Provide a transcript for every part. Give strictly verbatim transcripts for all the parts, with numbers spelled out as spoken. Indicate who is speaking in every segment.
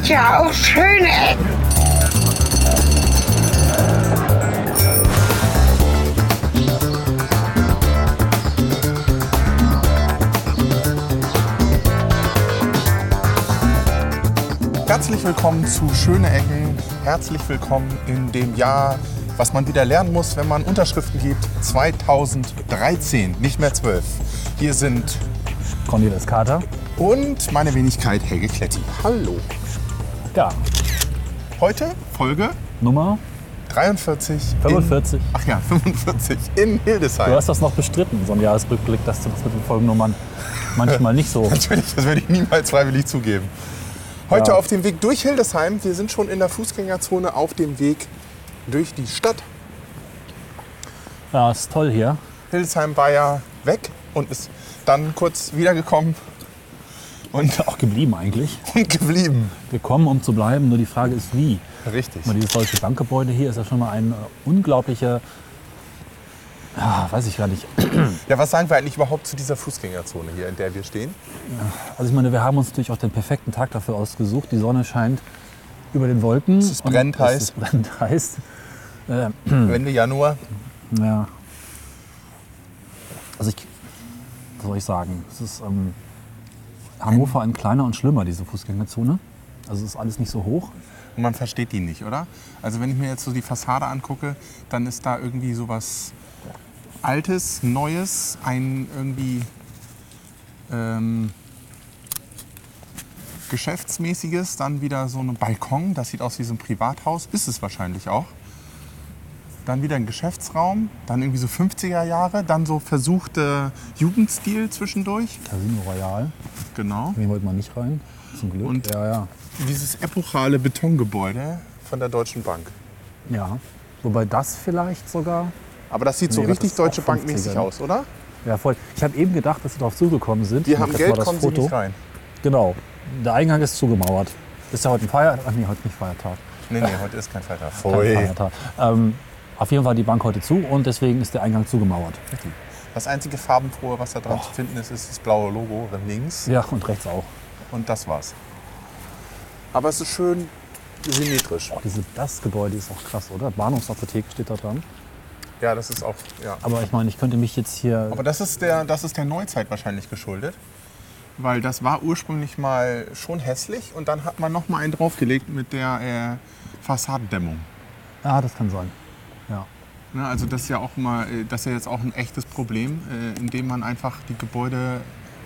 Speaker 1: gibt ja auch schöne Ecken.
Speaker 2: Herzlich willkommen zu Schöne Ecken. Herzlich willkommen in dem Jahr, was man wieder lernen muss, wenn man Unterschriften gibt. zweitausenddreizehn, nicht mehr zwölf. Hier sind
Speaker 3: Cornelis Kater
Speaker 2: und meine Wenigkeit Helge Kletti. Hallo.
Speaker 3: Ja.
Speaker 2: Heute Folge
Speaker 3: Nummer
Speaker 2: dreiundvierzig.
Speaker 3: fünfundvierzig.
Speaker 2: In, ach ja, fünfundvierzig in Hildesheim.
Speaker 3: Du hast das noch bestritten, so ein Jahresrückblick, dass du das mit den Folgennummern manchmal nicht so...
Speaker 2: Natürlich, das werde ich niemals freiwillig zugeben. Heute
Speaker 3: Ja.
Speaker 2: auf dem Weg durch Hildesheim. Wir sind schon in der Fußgängerzone auf dem Weg durch die Stadt.
Speaker 3: Ja, ist toll hier.
Speaker 2: Hildesheim war ja weg und ist dann kurz wiedergekommen
Speaker 3: Und auch geblieben eigentlich.
Speaker 2: und geblieben.
Speaker 3: Gekommen, um zu bleiben, nur die Frage ist, wie.
Speaker 2: Richtig.
Speaker 3: Mal dieses deutsche Bankgebäude hier ist ja schon mal ein äh, unglaublicher... Ja, weiß ich gar nicht.
Speaker 2: Ja, was sagen wir eigentlich überhaupt zu dieser Fußgängerzone hier, in der wir stehen?
Speaker 3: Also ich meine, wir haben uns natürlich auch den perfekten Tag dafür ausgesucht. Die Sonne scheint über den Wolken.
Speaker 2: Es ist brennend
Speaker 3: und
Speaker 2: heiß.
Speaker 3: Es ist brennend heiß. Äh,
Speaker 2: Ende Januar.
Speaker 3: Ja. Also ich, was soll ich sagen? Es ist ähm, Hannover ein kleiner und schlimmer, diese Fußgängerzone. Also es ist alles nicht so hoch.
Speaker 2: Und man versteht die nicht, oder? Also wenn ich mir jetzt so die Fassade angucke, dann ist da irgendwie sowas Altes, Neues, ein irgendwie ähm, Geschäftsmäßiges, dann wieder so ein Balkon, das sieht aus wie so ein Privathaus, ist es wahrscheinlich auch. Dann wieder ein Geschäftsraum, dann irgendwie so fünfziger Jahre, dann so versuchte Jugendstil zwischendurch.
Speaker 3: Casino Royal.
Speaker 2: Genau.
Speaker 3: Hier wollte man nicht rein. Zum Glück.
Speaker 2: Und-
Speaker 3: ja, ja.
Speaker 2: Dieses epochale Betongebäude von der Deutschen Bank.
Speaker 3: Ja. Wobei das vielleicht sogar...
Speaker 2: Aber das sieht so
Speaker 3: Nee, das
Speaker 2: richtig
Speaker 3: ist auch
Speaker 2: Deutsche Bank-mäßig
Speaker 3: fünfziger, ne?
Speaker 2: aus, oder?
Speaker 3: Ja, voll. Ich habe eben gedacht, dass sie darauf zugekommen sind.
Speaker 2: Die
Speaker 3: Ich
Speaker 2: haben
Speaker 3: mach jetzt
Speaker 2: Geld,
Speaker 3: mal das
Speaker 2: kommen sie
Speaker 3: Foto.
Speaker 2: nicht rein.
Speaker 3: Genau. Der Eingang ist zugemauert. Ist ja heute ein Feiertag? Ach nee, heute nicht Feiertag.
Speaker 2: Nee, nee, heute ist kein Feiertag.
Speaker 3: Kein Feiertag. Ähm, auf jeden Fall die Bank heute zu und deswegen ist der Eingang zugemauert.
Speaker 2: Das einzige Farbenfrohe, was da dran
Speaker 3: Oh.
Speaker 2: zu finden ist, ist das blaue Logo links.
Speaker 3: Ja, und rechts auch.
Speaker 2: Und das war's. Aber es ist schön symmetrisch.
Speaker 3: Oh, diese, das Gebäude ist auch krass, oder? Bahnhofsapotheke steht da dran.
Speaker 2: Ja, das ist auch. Ja.
Speaker 3: Aber ich meine, ich könnte mich jetzt hier...
Speaker 2: Aber das ist, der, das ist der Neuzeit wahrscheinlich geschuldet. Weil das war ursprünglich mal schon hässlich und dann hat man noch mal einen draufgelegt mit der äh, Fassadendämmung.
Speaker 3: Ah, das kann sein. Ja.
Speaker 2: Ne, also das ist ja auch mal, äh, das ist ja jetzt auch ein echtes Problem, äh, indem man einfach die Gebäude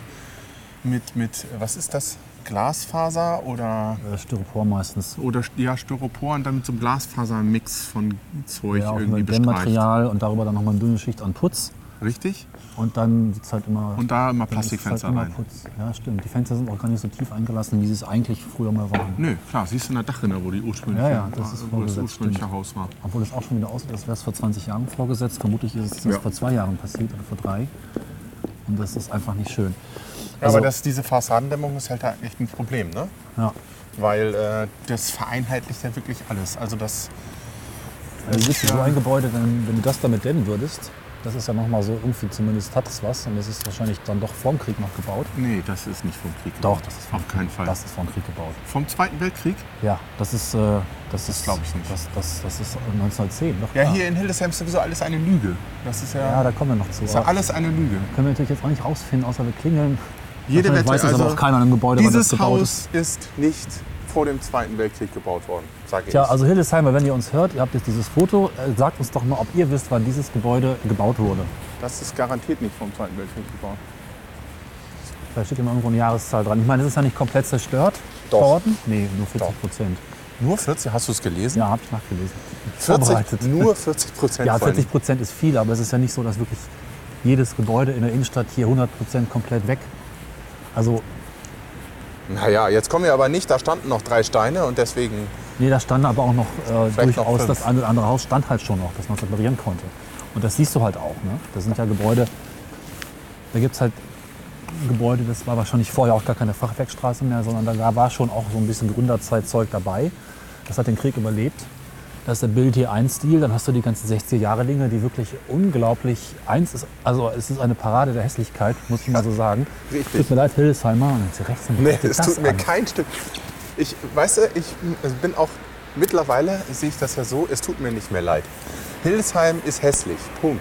Speaker 2: mit, mit was ist das? Glasfaser oder,
Speaker 3: Äh, Styropor meistens.
Speaker 2: oder ja, Styropor und dann mit so einem Glasfasermix von Zeug
Speaker 3: Ja, auch
Speaker 2: irgendwie
Speaker 3: mit
Speaker 2: bestreicht.
Speaker 3: Dämmmaterial und darüber dann nochmal eine dünne Schicht an Putz.
Speaker 2: Richtig?
Speaker 3: Und dann sieht es halt immer...
Speaker 2: Und da immer
Speaker 3: dann ist es
Speaker 2: Plastikfenster
Speaker 3: halt immer
Speaker 2: rein.
Speaker 3: Putz. Ja, stimmt. Die Fenster sind auch gar nicht so tief eingelassen, wie sie es eigentlich früher mal waren.
Speaker 2: Nö, klar, siehst du in der Dachrinne, wo die ursprüngliche,
Speaker 3: Ja, ja, das ist
Speaker 2: wo das
Speaker 3: vorgesetzt,
Speaker 2: ursprüngliche
Speaker 3: stimmt.
Speaker 2: Haus war.
Speaker 3: Obwohl es auch schon wieder aussieht, als wäre es vor zwanzig Jahren vorgesetzt. Vermutlich ist es
Speaker 2: Ja.
Speaker 3: vor zwei Jahren passiert oder vor drei. Und das ist einfach nicht schön.
Speaker 2: Ja,
Speaker 3: Also-
Speaker 2: aber das, diese Fassadendämmung ist halt echt ein Problem, ne?
Speaker 3: Ja.
Speaker 2: Weil äh, das vereinheitlicht ja wirklich alles. Also das,
Speaker 3: Also
Speaker 2: das
Speaker 3: wisst ihr,
Speaker 2: ist
Speaker 3: so
Speaker 2: ja-
Speaker 3: ein Gebäude, wenn, wenn du das damit dämmen würdest, das ist ja nochmal so, irgendwie zumindest hat es was. Und das ist wahrscheinlich dann doch vorm Krieg noch gebaut.
Speaker 2: Nee, das ist nicht vom Krieg
Speaker 3: Doch,
Speaker 2: gebaut.
Speaker 3: das ist vom
Speaker 2: Auf keinen Fall.
Speaker 3: Das ist vom Krieg gebaut.
Speaker 2: Vom Zweiten Weltkrieg?
Speaker 3: Ja, das ist, äh, das ist,
Speaker 2: glaub ich nicht.
Speaker 3: Das, das, das ist neunzehnhundertzehn. Doch,
Speaker 2: Ja,
Speaker 3: klar.
Speaker 2: hier in Hildesheim ist sowieso alles eine Lüge. Das ist ja,
Speaker 3: Ja, da kommen wir noch zu.
Speaker 2: ist ja
Speaker 3: Aber
Speaker 2: alles eine Lüge.
Speaker 3: können wir natürlich jetzt auch nicht rausfinden, außer wir klingeln.
Speaker 2: Jede
Speaker 3: Wahrscheinlich
Speaker 2: Wette,
Speaker 3: weiß das
Speaker 2: also
Speaker 3: aber auch keiner im Gebäude, wann das
Speaker 2: dieses
Speaker 3: gebaut ist.
Speaker 2: Haus ist nicht vor dem Zweiten Weltkrieg gebaut worden, sage ich.
Speaker 3: Tja, also Hildesheimer, wenn ihr uns hört, ihr habt jetzt dieses Foto, äh, sagt uns doch mal, ob ihr wisst, wann dieses Gebäude gebaut wurde.
Speaker 2: Das ist garantiert nicht vom Zweiten Weltkrieg gebaut.
Speaker 3: Da steht immer irgendwo eine Jahreszahl dran. Ich meine, es ist ja nicht komplett zerstört
Speaker 2: Doch.
Speaker 3: worden. Nee, nur vierzig Prozent.
Speaker 2: Nur vierzig? Hast du es gelesen?
Speaker 3: Ja, habe ich nachgelesen.
Speaker 2: vierzig, nur vierzig Prozent.
Speaker 3: Ja, vierzig Prozent ist viel, aber es ist ja nicht so, dass wirklich jedes Gebäude in der Innenstadt hier hundert Prozent komplett weg. Also,
Speaker 2: Naja, jetzt kommen wir aber nicht. Da standen noch drei Steine und deswegen.
Speaker 3: nee, da stand aber auch noch äh,
Speaker 2: Vielleicht noch
Speaker 3: durchaus,
Speaker 2: fünf.
Speaker 3: das eine oder andere Haus stand halt schon noch, dass man es reparieren konnte. Und das siehst du halt auch. Ne? Das sind ja Gebäude, da gibt es halt Gebäude, das war wahrscheinlich vorher auch gar keine Fachwerkstraße mehr, sondern da war schon auch so ein bisschen Gründerzeitzeug dabei. Das hat den Krieg überlebt. Das ist der Bild hier ein Stil, dann hast du die ganzen sechziger-Jahre-Dinge, die wirklich unglaublich eins ist. Also es ist eine Parade der Hässlichkeit, muss ich mal so sagen.
Speaker 2: Richtig.
Speaker 3: Tut mir leid, Hildesheimer. Und jetzt rechts
Speaker 2: Nee,
Speaker 3: guck dir
Speaker 2: es tut mir
Speaker 3: an.
Speaker 2: kein Stück. Ich, weißt du, ich bin auch mittlerweile, sehe ich das ja so, es tut mir nicht mehr leid. Hildesheim ist hässlich. Punkt.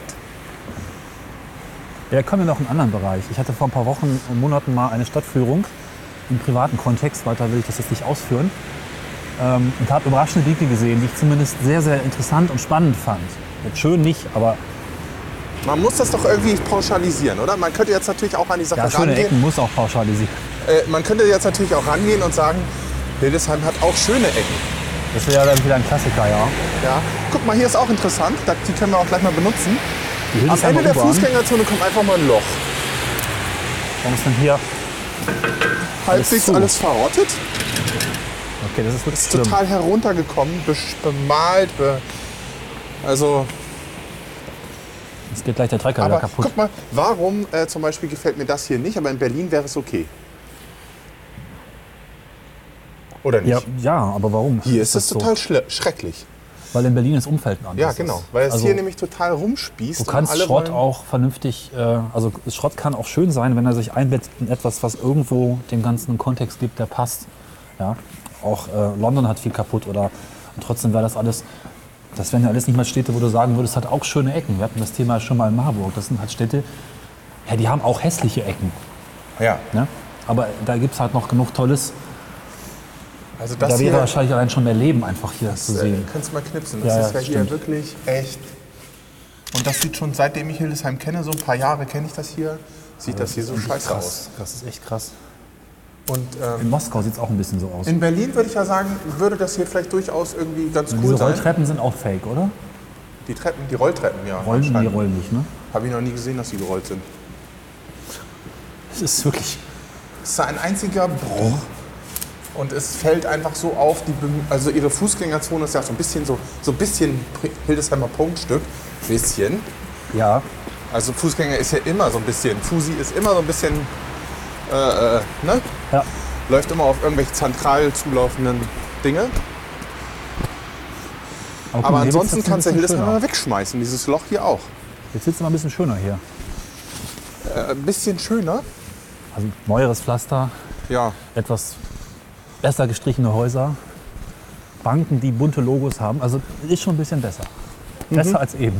Speaker 3: Ja, kommen wir noch in einen anderen Bereich. Ich hatte vor ein paar Wochen und Monaten mal eine Stadtführung im privaten Kontext, weiter will ich das jetzt nicht ausführen, ähm, und habe überraschende Dinge gesehen, die ich zumindest sehr, sehr interessant und spannend fand. Jetzt schön nicht, aber
Speaker 2: Man muss das doch irgendwie pauschalisieren, oder? Man könnte jetzt natürlich auch an die Sache
Speaker 3: ja, schöne
Speaker 2: rangehen.
Speaker 3: Ecken muss auch pauschalisieren.
Speaker 2: Äh, man könnte jetzt natürlich auch rangehen und sagen, Hildesheim hat auch schöne Ecken.
Speaker 3: Das wäre dann wieder ein Klassiker, ja.
Speaker 2: Ja. Guck mal, hier ist auch interessant. Da- Die können wir auch gleich mal benutzen.
Speaker 3: Die
Speaker 2: Am
Speaker 3: Hildesheimer
Speaker 2: Ende der
Speaker 3: U-Bahn.
Speaker 2: Fußgängerzone kommt einfach mal ein Loch.
Speaker 3: Warum ist denn hier?
Speaker 2: Halbwegs
Speaker 3: zu.
Speaker 2: alles verrottet.
Speaker 3: Okay, das ist wirklich
Speaker 2: Ist
Speaker 3: schlimm.
Speaker 2: total heruntergekommen, besch- bemalt. Be also,
Speaker 3: Jetzt geht gleich der Trecker
Speaker 2: aber
Speaker 3: wieder kaputt.
Speaker 2: guck mal, warum äh, zum Beispiel gefällt mir das hier nicht, aber in Berlin wäre es okay. Oder nicht?
Speaker 3: Ja, ja, aber warum?
Speaker 2: Hier ist
Speaker 3: das
Speaker 2: es
Speaker 3: so?
Speaker 2: total schle- schrecklich.
Speaker 3: Weil in Berlin das Umfeld anders
Speaker 2: Ja,
Speaker 3: ist.
Speaker 2: genau. Weil es
Speaker 3: Also,
Speaker 2: hier nämlich total rumspießt.
Speaker 3: Du
Speaker 2: und
Speaker 3: kannst
Speaker 2: alle
Speaker 3: Schrott
Speaker 2: wollen-
Speaker 3: auch vernünftig, äh, also Schrott kann auch schön sein, wenn er sich einbettet in etwas, was irgendwo dem Ganzen einen Kontext gibt, der passt. Ja? Auch äh, London hat viel kaputt oder und trotzdem wäre das alles, das wären ja alles nicht mal Städte, wo du sagen würdest, hat auch schöne Ecken. Wir hatten das Thema schon mal in Marburg. Das sind halt Städte, ja, die haben auch hässliche Ecken.
Speaker 2: Ja,
Speaker 3: Ne? Aber da gibt es halt noch genug Tolles.
Speaker 2: also das
Speaker 3: Da wäre
Speaker 2: hier,
Speaker 3: wahrscheinlich allein schon mehr Leben einfach hier zu
Speaker 2: äh,
Speaker 3: sehen.
Speaker 2: kannst du mal knipsen. Das
Speaker 3: Ja,
Speaker 2: ist ja
Speaker 3: ja,
Speaker 2: hier
Speaker 3: stimmt.
Speaker 2: wirklich echt. Und das sieht schon, seitdem ich Hildesheim kenne, so ein paar Jahre kenne ich das hier, sieht das hier so scheiße aus.
Speaker 3: krass. Das ist echt krass.
Speaker 2: Und ähm,
Speaker 3: In Moskau sieht es auch ein bisschen so aus.
Speaker 2: in Berlin würde ich ja sagen, würde das hier vielleicht durchaus irgendwie ganz
Speaker 3: Diese
Speaker 2: cool sein.
Speaker 3: Rolltreppen sind auch fake, oder?
Speaker 2: Die Treppen, die Rolltreppen, ja.
Speaker 3: Rollen die
Speaker 2: anscheinend.
Speaker 3: rollen nicht, ne?
Speaker 2: Habe ich noch nie gesehen, dass die gerollt sind.
Speaker 3: Es ist wirklich.
Speaker 2: Es ist ein einziger Bruch. Und es fällt einfach so auf, die, Bem- also ihre Fußgängerzone ist ja so ein bisschen so, so ein bisschen Hildesheimer Punktstück. Bisschen.
Speaker 3: Ja.
Speaker 2: Also Fußgänger ist ja immer so ein bisschen, Fusi ist immer so ein bisschen, äh, äh, ne?
Speaker 3: Ja.
Speaker 2: Läuft immer auf irgendwelche zentral zulaufenden Dinge.
Speaker 3: guck
Speaker 2: Aber
Speaker 3: mal, hier wird's
Speaker 2: ansonsten
Speaker 3: jetzt ein
Speaker 2: kannst du
Speaker 3: bisschen
Speaker 2: Hildesheim
Speaker 3: schöner.
Speaker 2: mal wegschmeißen, dieses Loch hier auch.
Speaker 3: Jetzt wird es mal ein bisschen schöner hier.
Speaker 2: Äh, ein bisschen schöner.
Speaker 3: Also neueres Pflaster,
Speaker 2: Ja.
Speaker 3: etwas besser gestrichene Häuser, Banken, die bunte Logos haben. Also ist schon ein bisschen besser. Besser
Speaker 2: Mhm.
Speaker 3: als eben.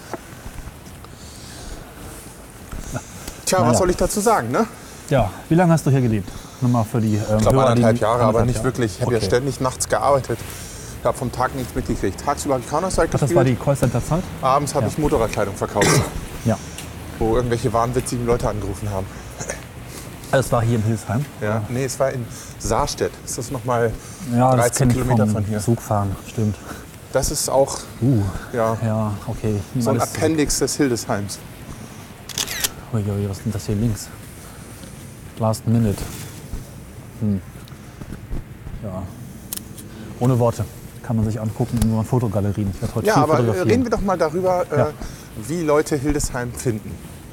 Speaker 2: Tja,
Speaker 3: Naja.
Speaker 2: was soll ich dazu sagen, ne?
Speaker 3: Ja, wie lange hast du hier gelebt? Nochmal für die ähm,
Speaker 2: Ich glaube
Speaker 3: Hörer, die-
Speaker 2: anderthalb Jahre, aber
Speaker 3: anderthalb
Speaker 2: nicht
Speaker 3: Jahre.
Speaker 2: wirklich. Ich habe ja
Speaker 3: Okay.
Speaker 2: ständig nachts gearbeitet. Ich habe vom Tag nichts mitgekriegt. Tagsüber habe ich Counter-Strike
Speaker 3: Ach, das war
Speaker 2: gespielt.
Speaker 3: die Callcenter-Zeit?
Speaker 2: Abends habe
Speaker 3: Ja.
Speaker 2: ich Motorradkleidung verkauft,
Speaker 3: Ja.
Speaker 2: wo irgendwelche wahnwitzigen Leute angerufen haben.
Speaker 3: Das war hier in Hildesheim.
Speaker 2: Ja, nee, es war in Saarstedt. Das ist nochmal
Speaker 3: Ja, das
Speaker 2: dreizehn
Speaker 3: kenne ich
Speaker 2: Kilometer
Speaker 3: vom
Speaker 2: von hier.
Speaker 3: Zugfahren, stimmt.
Speaker 2: Das ist auch
Speaker 3: Uh,
Speaker 2: ja,
Speaker 3: ja, okay.
Speaker 2: so ein
Speaker 3: Alles-
Speaker 2: Appendix des Hildesheims.
Speaker 3: Uiui, was ist denn das hier links? Last Minute. Hm. Ja. Ohne Worte. Kann man sich angucken in unseren Fotogalerien. Ich werde heute
Speaker 2: Ja,
Speaker 3: viel
Speaker 2: aber äh,
Speaker 3: fotografieren.
Speaker 2: reden wir doch mal darüber, äh,
Speaker 3: Ja.
Speaker 2: wie Leute Hildesheim finden.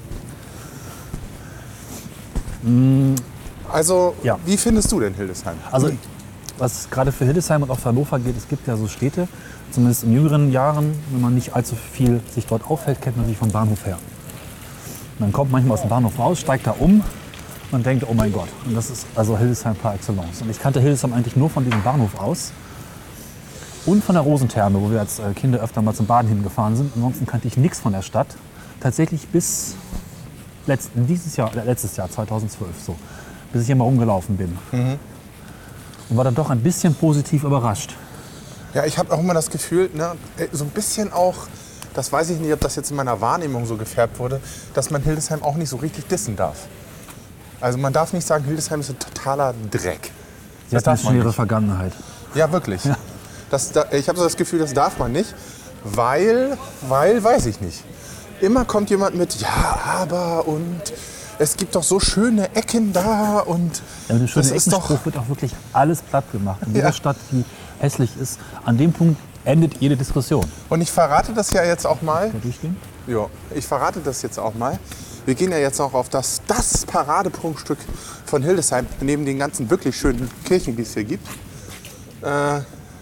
Speaker 2: Also,
Speaker 3: Ja.
Speaker 2: wie findest du denn Hildesheim?
Speaker 3: Also, was gerade für Hildesheim und auch für Hannover geht, es gibt ja so Städte, zumindest in jüngeren Jahren, wenn man nicht allzu viel sich dort aufhält, kennt man sich vom Bahnhof her. Man kommt manchmal aus dem Bahnhof raus, steigt da um und denkt, oh mein Gott. Und das ist also Hildesheim par excellence. Und ich kannte Hildesheim eigentlich nur von diesem Bahnhof aus und von der Rosentherme, wo wir als äh, Kinder öfter mal zum Baden hingefahren sind. Ansonsten kannte ich nichts von der Stadt. Tatsächlich bis letzten, dieses Jahr, äh, letztes Jahr, zweitausendzwölf, so, bis ich hier mal rumgelaufen bin. Und war dann doch ein bisschen positiv überrascht.
Speaker 2: Ja, ich habe auch immer das Gefühl, ne, so ein bisschen auch, das weiß ich nicht, ob das jetzt in meiner Wahrnehmung so gefärbt wurde, dass man Hildesheim auch nicht so richtig dissen darf. Also man darf nicht sagen, Hildesheim ist ein totaler Dreck.
Speaker 3: Sie hat eine schwere Vergangenheit.
Speaker 2: Ja, wirklich. Das, da, ich habe so das Gefühl, das darf man nicht, weil, weil, weiß ich nicht. Immer kommt jemand mit, ja, aber und es gibt doch so schöne Ecken da und
Speaker 3: Ja, mit dem schönen
Speaker 2: das ist doch,
Speaker 3: Eckenspruch wird auch wirklich alles platt gemacht. In jeder
Speaker 2: Ja.
Speaker 3: Stadt, die hässlich ist, an dem Punkt endet jede Diskussion.
Speaker 2: und ich verrate das ja jetzt auch mal.
Speaker 3: Mal durchgehen?
Speaker 2: Ja, ich verrate das jetzt auch mal. Wir gehen ja jetzt auch auf das, das Paradeprunkstück von Hildesheim, neben den ganzen wirklich schönen Kirchen, die es hier gibt, äh,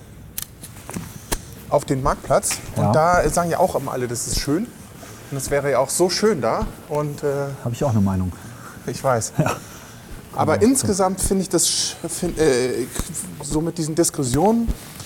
Speaker 2: auf den Marktplatz.
Speaker 3: Ja.
Speaker 2: Und da sagen ja auch immer alle, das ist schön. Und es wäre ja auch so schön da. Und äh,
Speaker 3: Habe ich auch eine Meinung.
Speaker 2: ich weiß. Aber
Speaker 3: Genau.
Speaker 2: insgesamt finde ich das sch- find, äh, so mit diesen Diskussionen,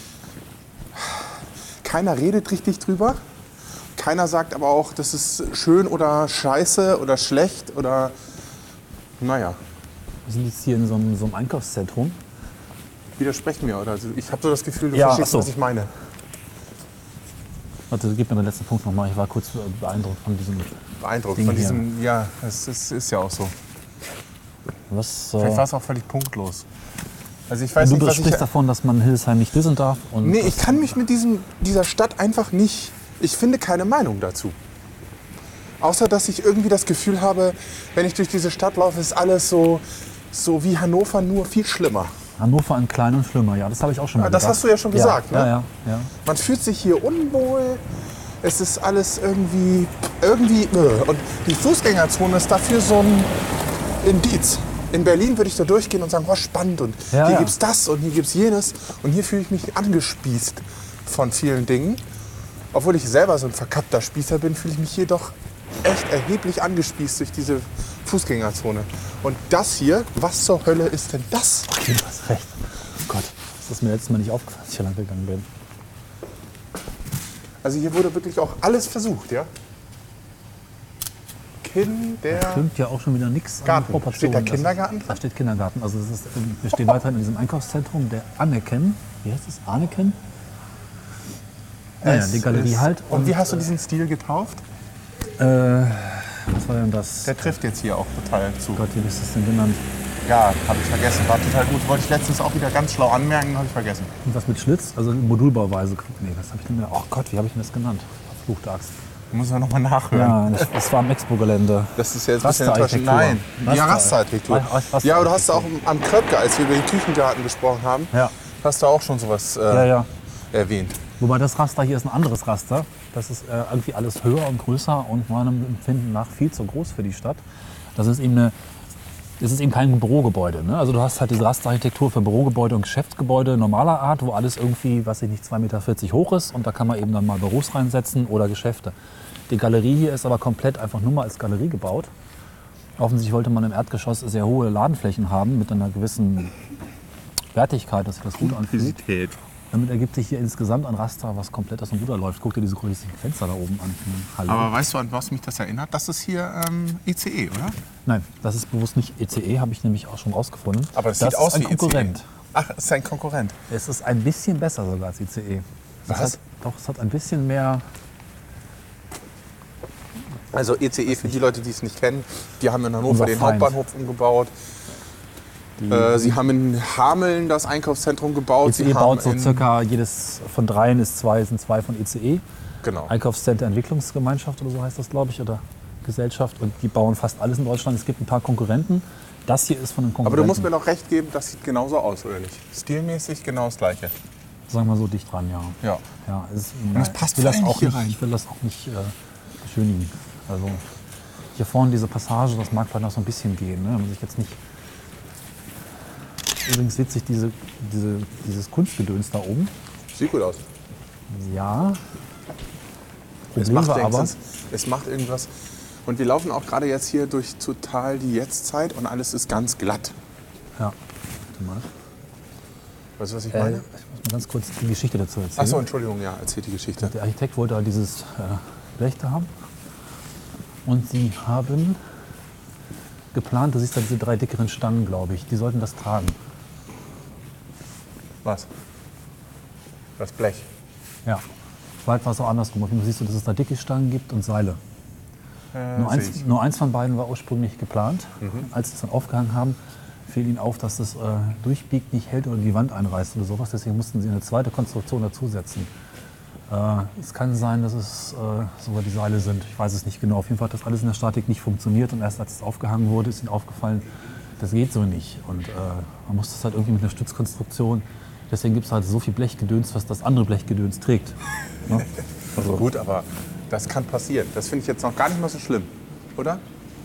Speaker 2: keiner redet richtig drüber. Keiner sagt aber auch, das ist schön oder scheiße oder schlecht oder naja,
Speaker 3: Wir sind jetzt hier in so einem, so einem Einkaufszentrum.
Speaker 2: widersprecht mir. Oder? Also ich habe so das Gefühl, du
Speaker 3: Ja,
Speaker 2: verstehst,
Speaker 3: ach so.
Speaker 2: was ich meine.
Speaker 3: Warte, gib mir den letzten Punkt nochmal. Ich war kurz beeindruckt von diesem.
Speaker 2: Beeindruckt
Speaker 3: Ding
Speaker 2: von
Speaker 3: hier.
Speaker 2: diesem, ja, es ist, ist ja auch so.
Speaker 3: Was,
Speaker 2: Vielleicht
Speaker 3: äh,
Speaker 2: war es auch völlig punktlos. Also ich weiß
Speaker 3: du
Speaker 2: nicht, was
Speaker 3: sprichst
Speaker 2: ich...
Speaker 3: davon, dass man Hildesheim nicht dissen darf. Und
Speaker 2: Nee,
Speaker 3: das-
Speaker 2: ich kann mich mit diesem, dieser Stadt einfach nicht... Ich finde keine Meinung dazu. Außer, dass ich irgendwie das Gefühl habe, wenn ich durch diese Stadt laufe, ist alles so, so wie Hannover, nur viel schlimmer.
Speaker 3: Hannover in klein und schlimmer, ja, das habe ich auch schon mal
Speaker 2: Ja, das
Speaker 3: gedacht.
Speaker 2: hast du ja schon gesagt,
Speaker 3: ja,
Speaker 2: ne?
Speaker 3: Ja, ja, ja.
Speaker 2: Man fühlt sich hier unwohl. Es ist alles irgendwie... irgendwie äh. Und die Fußgängerzone ist dafür so ein Indiz. In Berlin würde ich da durchgehen und sagen, oh, spannend. Und
Speaker 3: Ja,
Speaker 2: hier
Speaker 3: ja.
Speaker 2: gibt's das und hier gibt's jenes. Und hier fühle ich mich angespießt von vielen Dingen. Obwohl ich selber so ein verkappter Spießer bin, fühle ich mich hier doch echt erheblich angespießt durch diese Fußgängerzone. Und das hier, was zur Hölle ist denn das?
Speaker 3: Okay, du hast recht. Oh Gott, das ist mir letztes Mal nicht aufgefallen, als ich hier lang gegangen bin.
Speaker 2: Also hier wurde wirklich auch alles versucht, ja? Kinder...
Speaker 3: Stimmt ja auch schon wieder nichts an
Speaker 2: Garten.
Speaker 3: Proportionen.
Speaker 2: Steht da
Speaker 3: Das-
Speaker 2: Kindergarten
Speaker 3: Da steht Kindergarten. Also das ist, wir stehen weiterhin in diesem Einkaufszentrum der Anneken. Wie heißt es? Anneken? Naja,
Speaker 2: Es
Speaker 3: die Galerie
Speaker 2: ist-
Speaker 3: halt.
Speaker 2: Und wie hast du diesen Stil getauft?
Speaker 3: Äh, was war denn das?
Speaker 2: Der trifft jetzt hier auch total zu.
Speaker 3: Gott, wie ist das denn genannt?
Speaker 2: Ja, habe ich vergessen. War total gut. Wollte ich letztens auch wieder ganz schlau anmerken, habe ich vergessen.
Speaker 3: Irgendwas mit Schlitz? Also Modulbauweise. Nee, was habe ich denn da? Oh Gott, wie habe ich denn das genannt? Verfluchte Axt.
Speaker 2: Muss man nochmal nachhören.
Speaker 3: Ja, das, das war am Expo-Gelände.
Speaker 2: Das ist jetzt ein bisschen enttäuschend.
Speaker 3: Rasterarchitektur.
Speaker 2: Nein, ja,
Speaker 3: Raster-
Speaker 2: Rasterarchitektur.
Speaker 3: Raster-
Speaker 2: Ja, aber du hast auch am Kröpke, als wir über den Küchengarten gesprochen haben,
Speaker 3: Ja.
Speaker 2: hast du auch schon sowas äh,
Speaker 3: Ja, ja.
Speaker 2: erwähnt.
Speaker 3: Wobei das Raster hier ist ein anderes Raster. Das ist äh, irgendwie alles höher und größer und meinem Empfinden nach viel zu groß für die Stadt. Das ist eben, eine, das ist eben kein Bürogebäude. Ne? Also du hast halt diese Rasterarchitektur für Bürogebäude und Geschäftsgebäude normaler Art, wo alles irgendwie, weiß ich nicht, zwei Meter vierzig hoch ist und da kann man eben dann mal Büros reinsetzen oder Geschäfte. Die Galerie hier ist aber komplett einfach nur mal als Galerie gebaut. Offensichtlich wollte man im Erdgeschoss sehr hohe Ladenflächen haben mit einer gewissen Wertigkeit, dass sich das gut anfühlt. Damit ergibt sich hier insgesamt ein Raster, was komplett aus dem Ruder läuft. Guck dir diese riesigen Fenster da oben an. Halle.
Speaker 2: Aber weißt du, an was mich das erinnert? Das ist hier ähm, I C E, oder?
Speaker 3: Nein, das ist bewusst nicht E C E, habe ich nämlich auch schon rausgefunden.
Speaker 2: Aber das,
Speaker 3: das
Speaker 2: sieht aus
Speaker 3: ist ein
Speaker 2: wie
Speaker 3: Konkurrent.
Speaker 2: I C E. Ach, es ist ein Konkurrent.
Speaker 3: Es ist ein bisschen besser sogar als I C E.
Speaker 2: Was?
Speaker 3: Es hat, doch, es hat ein bisschen mehr.
Speaker 2: Also E C E, für die Leute, die es nicht kennen, die haben in Hannover
Speaker 3: Unser
Speaker 2: den
Speaker 3: Feind.
Speaker 2: Hauptbahnhof umgebaut. Äh, sie haben in Hameln das Einkaufszentrum gebaut.
Speaker 3: E C E
Speaker 2: sie
Speaker 3: baut
Speaker 2: haben
Speaker 3: so
Speaker 2: in,
Speaker 3: circa jedes von dreien ist zwei, sind zwei von E C E.
Speaker 2: Genau.
Speaker 3: Einkaufscenter Entwicklungsgemeinschaft oder so heißt das, glaube ich, oder Gesellschaft. Und die bauen fast alles in Deutschland. Es gibt ein paar Konkurrenten. Das hier ist von den
Speaker 2: Aber
Speaker 3: Konkurrenten.
Speaker 2: du musst mir noch recht geben, das sieht genauso aus, oder nicht? Stilmäßig genau das Gleiche.
Speaker 3: Sagen wir so dicht dran, ja.
Speaker 2: Ja.
Speaker 3: Ja, es,
Speaker 2: das passt
Speaker 3: ich will das
Speaker 2: vor allem
Speaker 3: auch
Speaker 2: hier
Speaker 3: nicht,
Speaker 2: rein.
Speaker 3: Ich will das auch nicht äh, beschönigen. Also hier vorne diese Passage, das mag vielleicht noch so ein bisschen gehen. Ne? Wenn man sich jetzt nicht. Übrigens witzig, diese, diese, dieses Kunstgedöns da oben.
Speaker 2: Sieht gut aus.
Speaker 3: Ja.
Speaker 2: Es
Speaker 3: Problem
Speaker 2: macht,
Speaker 3: war aber,
Speaker 2: es, es macht irgendwas. Und wir laufen auch gerade jetzt hier durch total die Jetztzeit und alles ist ganz glatt.
Speaker 3: ja. Warte mal.
Speaker 2: Weißt du, was ich
Speaker 3: Äh,
Speaker 2: meine?
Speaker 3: ich muss mal ganz kurz die Geschichte dazu erzählen.
Speaker 2: Achso, Entschuldigung, ja, erzähl die Geschichte.
Speaker 3: Der Architekt wollte halt dieses äh, Blech da haben. Und sie haben geplant, du siehst da diese drei dickeren Stangen, glaube ich, die sollten das tragen.
Speaker 2: Was? Das Blech.
Speaker 3: Ja. Weit war es auch andersrum. Auf jeden Fall siehst du, dass es da dicke Stangen gibt und Seile.
Speaker 2: Äh,
Speaker 3: Nur
Speaker 2: seh
Speaker 3: eins,
Speaker 2: ich.
Speaker 3: nur eins von beiden war ursprünglich geplant. Als sie es dann aufgehangen haben, fiel ihnen auf, dass es äh, durchbiegt, nicht hält oder die Wand einreißt oder sowas. Deswegen mussten sie eine zweite Konstruktion dazusetzen. Äh, es kann sein, dass es äh, sogar die Seile sind. Ich weiß es nicht genau. Auf jeden Fall hat das alles in der Statik nicht funktioniert. Und erst als es aufgehangen wurde, ist ihnen aufgefallen, das geht so nicht. Und äh, man muss das halt irgendwie mit einer Stützkonstruktion. Deswegen gibt es halt so viel Blechgedöns, was das andere Blechgedöns trägt. Ne?
Speaker 2: Also gut, aber das kann passieren. Das finde ich jetzt noch gar nicht mal so schlimm, oder?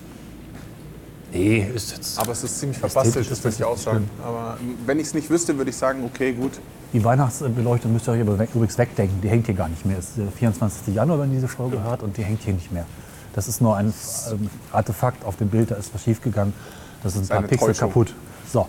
Speaker 3: Nee, ist jetzt.
Speaker 2: Aber es ist ziemlich
Speaker 3: Ästhetisch
Speaker 2: verbastelt,
Speaker 3: ist
Speaker 2: das
Speaker 3: das
Speaker 2: würde ich auch
Speaker 3: nicht
Speaker 2: sagen. Aber wenn ich es nicht wüsste, würde ich sagen, okay, gut.
Speaker 3: Die Weihnachtsbeleuchtung müsst ihr euch aber weg, übrigens wegdenken. Die hängt hier gar nicht mehr. Es ist der vierundzwanzigste Januar, wenn ihr diese Folge hört, und die hängt hier nicht mehr. Das ist nur ein ähm, Artefakt auf dem Bild, da ist was schief gegangen. Das ist ein paar
Speaker 2: eine
Speaker 3: Pixel
Speaker 2: Täuschung.
Speaker 3: kaputt. So.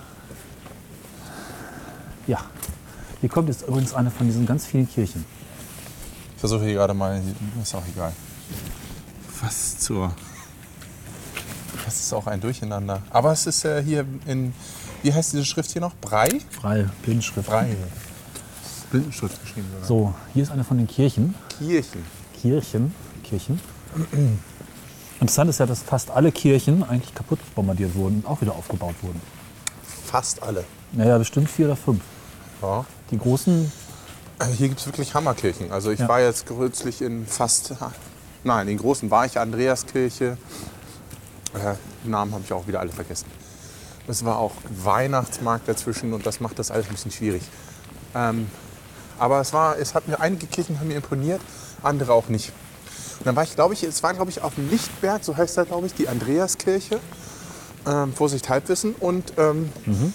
Speaker 3: Ja. Hier kommt jetzt übrigens eine von diesen ganz vielen Kirchen.
Speaker 2: Ich versuche hier gerade mal, ist auch egal. Was zur... Das ist auch ein Durcheinander. Aber es ist äh, hier in, wie heißt diese Schrift hier noch? Brei?
Speaker 3: Freie Blindenschrift.
Speaker 2: Brei. Blindenschrift geschrieben sogar.
Speaker 3: So, hier ist eine von den Kirchen.
Speaker 2: Kirchen.
Speaker 3: Kirchen. Kirchen. Interessant ist ja, dass fast alle Kirchen eigentlich kaputt bombardiert wurden und auch wieder aufgebaut wurden.
Speaker 2: Fast alle.
Speaker 3: Naja, bestimmt vier oder fünf.
Speaker 2: Ja.
Speaker 3: Die großen,
Speaker 2: Also hier gibt es wirklich Hammerkirchen. Also ich
Speaker 3: Ja.
Speaker 2: war jetzt kürzlich in fast, nein, in großen war ich, Andreaskirche. Äh, Namen habe ich auch wieder alle vergessen. Es war auch Weihnachtsmarkt dazwischen und das macht das alles ein bisschen schwierig. Ähm, aber es war, es hat mir einige Kirchen haben mir imponiert, andere auch nicht. Und dann war ich, glaube ich, es war glaube ich auf dem Lichtberg, so heißt das, glaube ich, die Andreaskirche. Ähm, Vorsicht Halbwissen. Und ähm,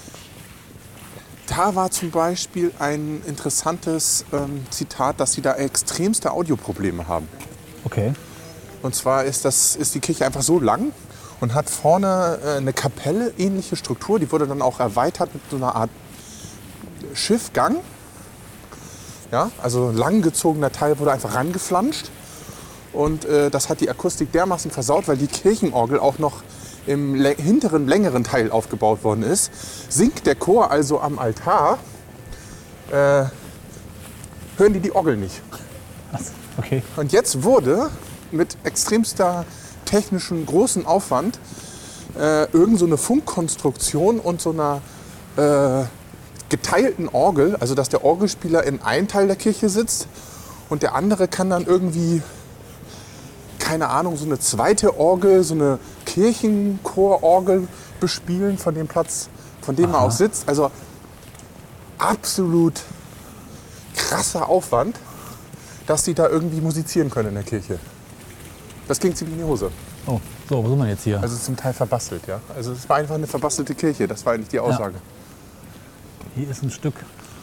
Speaker 2: da war zum Beispiel ein interessantes ähm, Zitat, dass sie da extremste Audioprobleme haben.
Speaker 3: okay.
Speaker 2: Und zwar ist, das, ist die Kirche einfach so lang und hat vorne äh, eine Kapelle, ähnliche Struktur. Die wurde dann auch erweitert mit so einer Art Schiffgang. Ja, also ein langgezogener Teil wurde einfach rangeflanscht. Und äh, das hat die Akustik dermaßen versaut, weil die Kirchenorgel auch noch im lä- hinteren, längeren Teil aufgebaut worden ist. Singt der Chor also am Altar, äh, hören die die Orgel nicht.
Speaker 3: Ach, okay.
Speaker 2: Und jetzt wurde mit extremster technischen großen Aufwand äh, irgend so eine Funkkonstruktion und so einer äh, geteilten Orgel, also dass der Orgelspieler in einem Teil der Kirche sitzt und der andere kann dann irgendwie, keine Ahnung, so eine zweite Orgel, so eine Kirchenchororgel bespielen von dem Platz, von dem er
Speaker 3: Aha.
Speaker 2: auch sitzt. Also absolut krasser Aufwand, dass die da irgendwie musizieren können in der Kirche. Das klingt ziemlich in die Hose.
Speaker 3: Oh, so, wo sind wir jetzt hier?
Speaker 2: Also zum Teil verbastelt, ja. Also es war einfach eine verbastelte Kirche, das war eigentlich die Aussage.
Speaker 3: Hier ist ein Stück.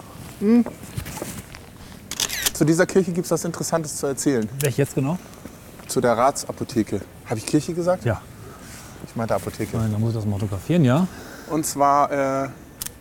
Speaker 2: Zu dieser Kirche gibt es was Interessantes zu erzählen.
Speaker 3: Welche jetzt genau?
Speaker 2: Zu der Ratsapotheke. Habe ich Kirche gesagt?
Speaker 3: Ja.
Speaker 2: Ich meinte Apotheke.
Speaker 3: Nein, dann muss ich das mal fotografieren, ja.
Speaker 2: Und zwar äh,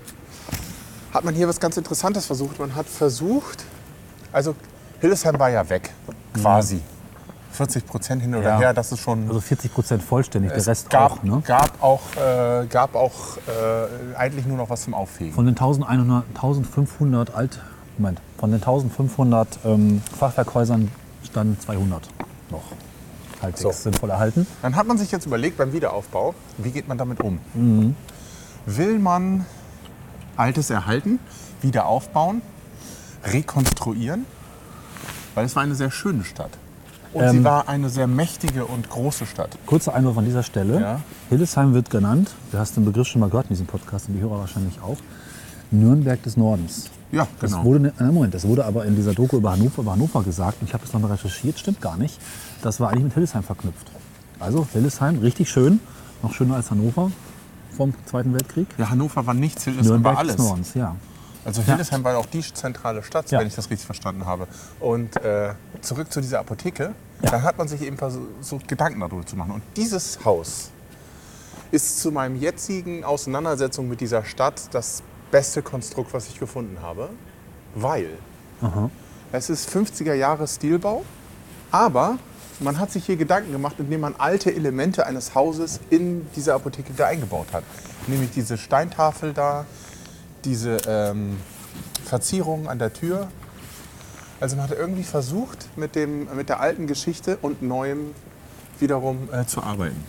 Speaker 2: hat man hier was ganz Interessantes versucht. Man hat versucht, also Hildesheim war ja weg, quasi. vierzig Prozent hin oder
Speaker 3: Ja.
Speaker 2: her, das ist schon...
Speaker 3: Also vierzig Prozent vollständig, der
Speaker 2: es
Speaker 3: Rest
Speaker 2: gab,
Speaker 3: auch. Ne?
Speaker 2: gab auch, äh, gab auch äh, eigentlich nur noch was zum Aufhegen.
Speaker 3: Von den eintausendeinhundert, eintausendfünfhundert Alt, Moment, von den eintausendfünfhundert ähm, Fachwerkhäusern standen zweihundert noch halbwegs
Speaker 2: So.
Speaker 3: sinnvoll erhalten.
Speaker 2: Dann hat man sich jetzt überlegt beim Wiederaufbau, wie geht man damit um?
Speaker 3: Mhm.
Speaker 2: Will man Altes erhalten, wieder aufbauen, rekonstruieren? Weil es war eine sehr schöne Stadt. Und
Speaker 3: Ähm,
Speaker 2: sie war eine sehr mächtige und große Stadt.
Speaker 3: Kurzer Einwurf an dieser Stelle.
Speaker 2: Ja.
Speaker 3: Hildesheim wird genannt, du hast den Begriff schon mal gehört in diesem Podcast und die Hörer wahrscheinlich auch, Nürnberg des Nordens.
Speaker 2: Ja,
Speaker 3: Das
Speaker 2: genau.
Speaker 3: wurde, äh, Moment, das wurde aber in dieser Doku über Hannover, über Hannover gesagt und ich habe es nochmal recherchiert, stimmt gar nicht. Das war eigentlich mit Hildesheim verknüpft. Also Hildesheim, richtig schön, noch schöner als Hannover vom Zweiten Weltkrieg.
Speaker 2: Ja, Hannover war nichts, Hildesheim
Speaker 3: Nürnberg
Speaker 2: war alles.
Speaker 3: des Nordens, ja.
Speaker 2: Also Hildesheim war auch die zentrale Stadt,
Speaker 3: Ja.
Speaker 2: wenn ich das richtig verstanden habe. Und äh, zurück zu dieser Apotheke,
Speaker 3: Ja.
Speaker 2: da hat man sich eben so, so Gedanken darüber zu machen. Und dieses Haus ist zu meinem jetzigen Auseinandersetzung mit dieser Stadt das beste Konstrukt, was ich gefunden habe, weil
Speaker 3: Aha.
Speaker 2: es ist fünfziger Jahre Stilbau, aber man hat sich hier Gedanken gemacht, indem man alte Elemente eines Hauses in diese Apotheke wieder eingebaut hat. Nämlich diese Steintafel da, diese ähm, Verzierungen an der Tür. Also man hat irgendwie versucht, mit, dem, mit der alten Geschichte und Neuem wiederum äh, zu arbeiten.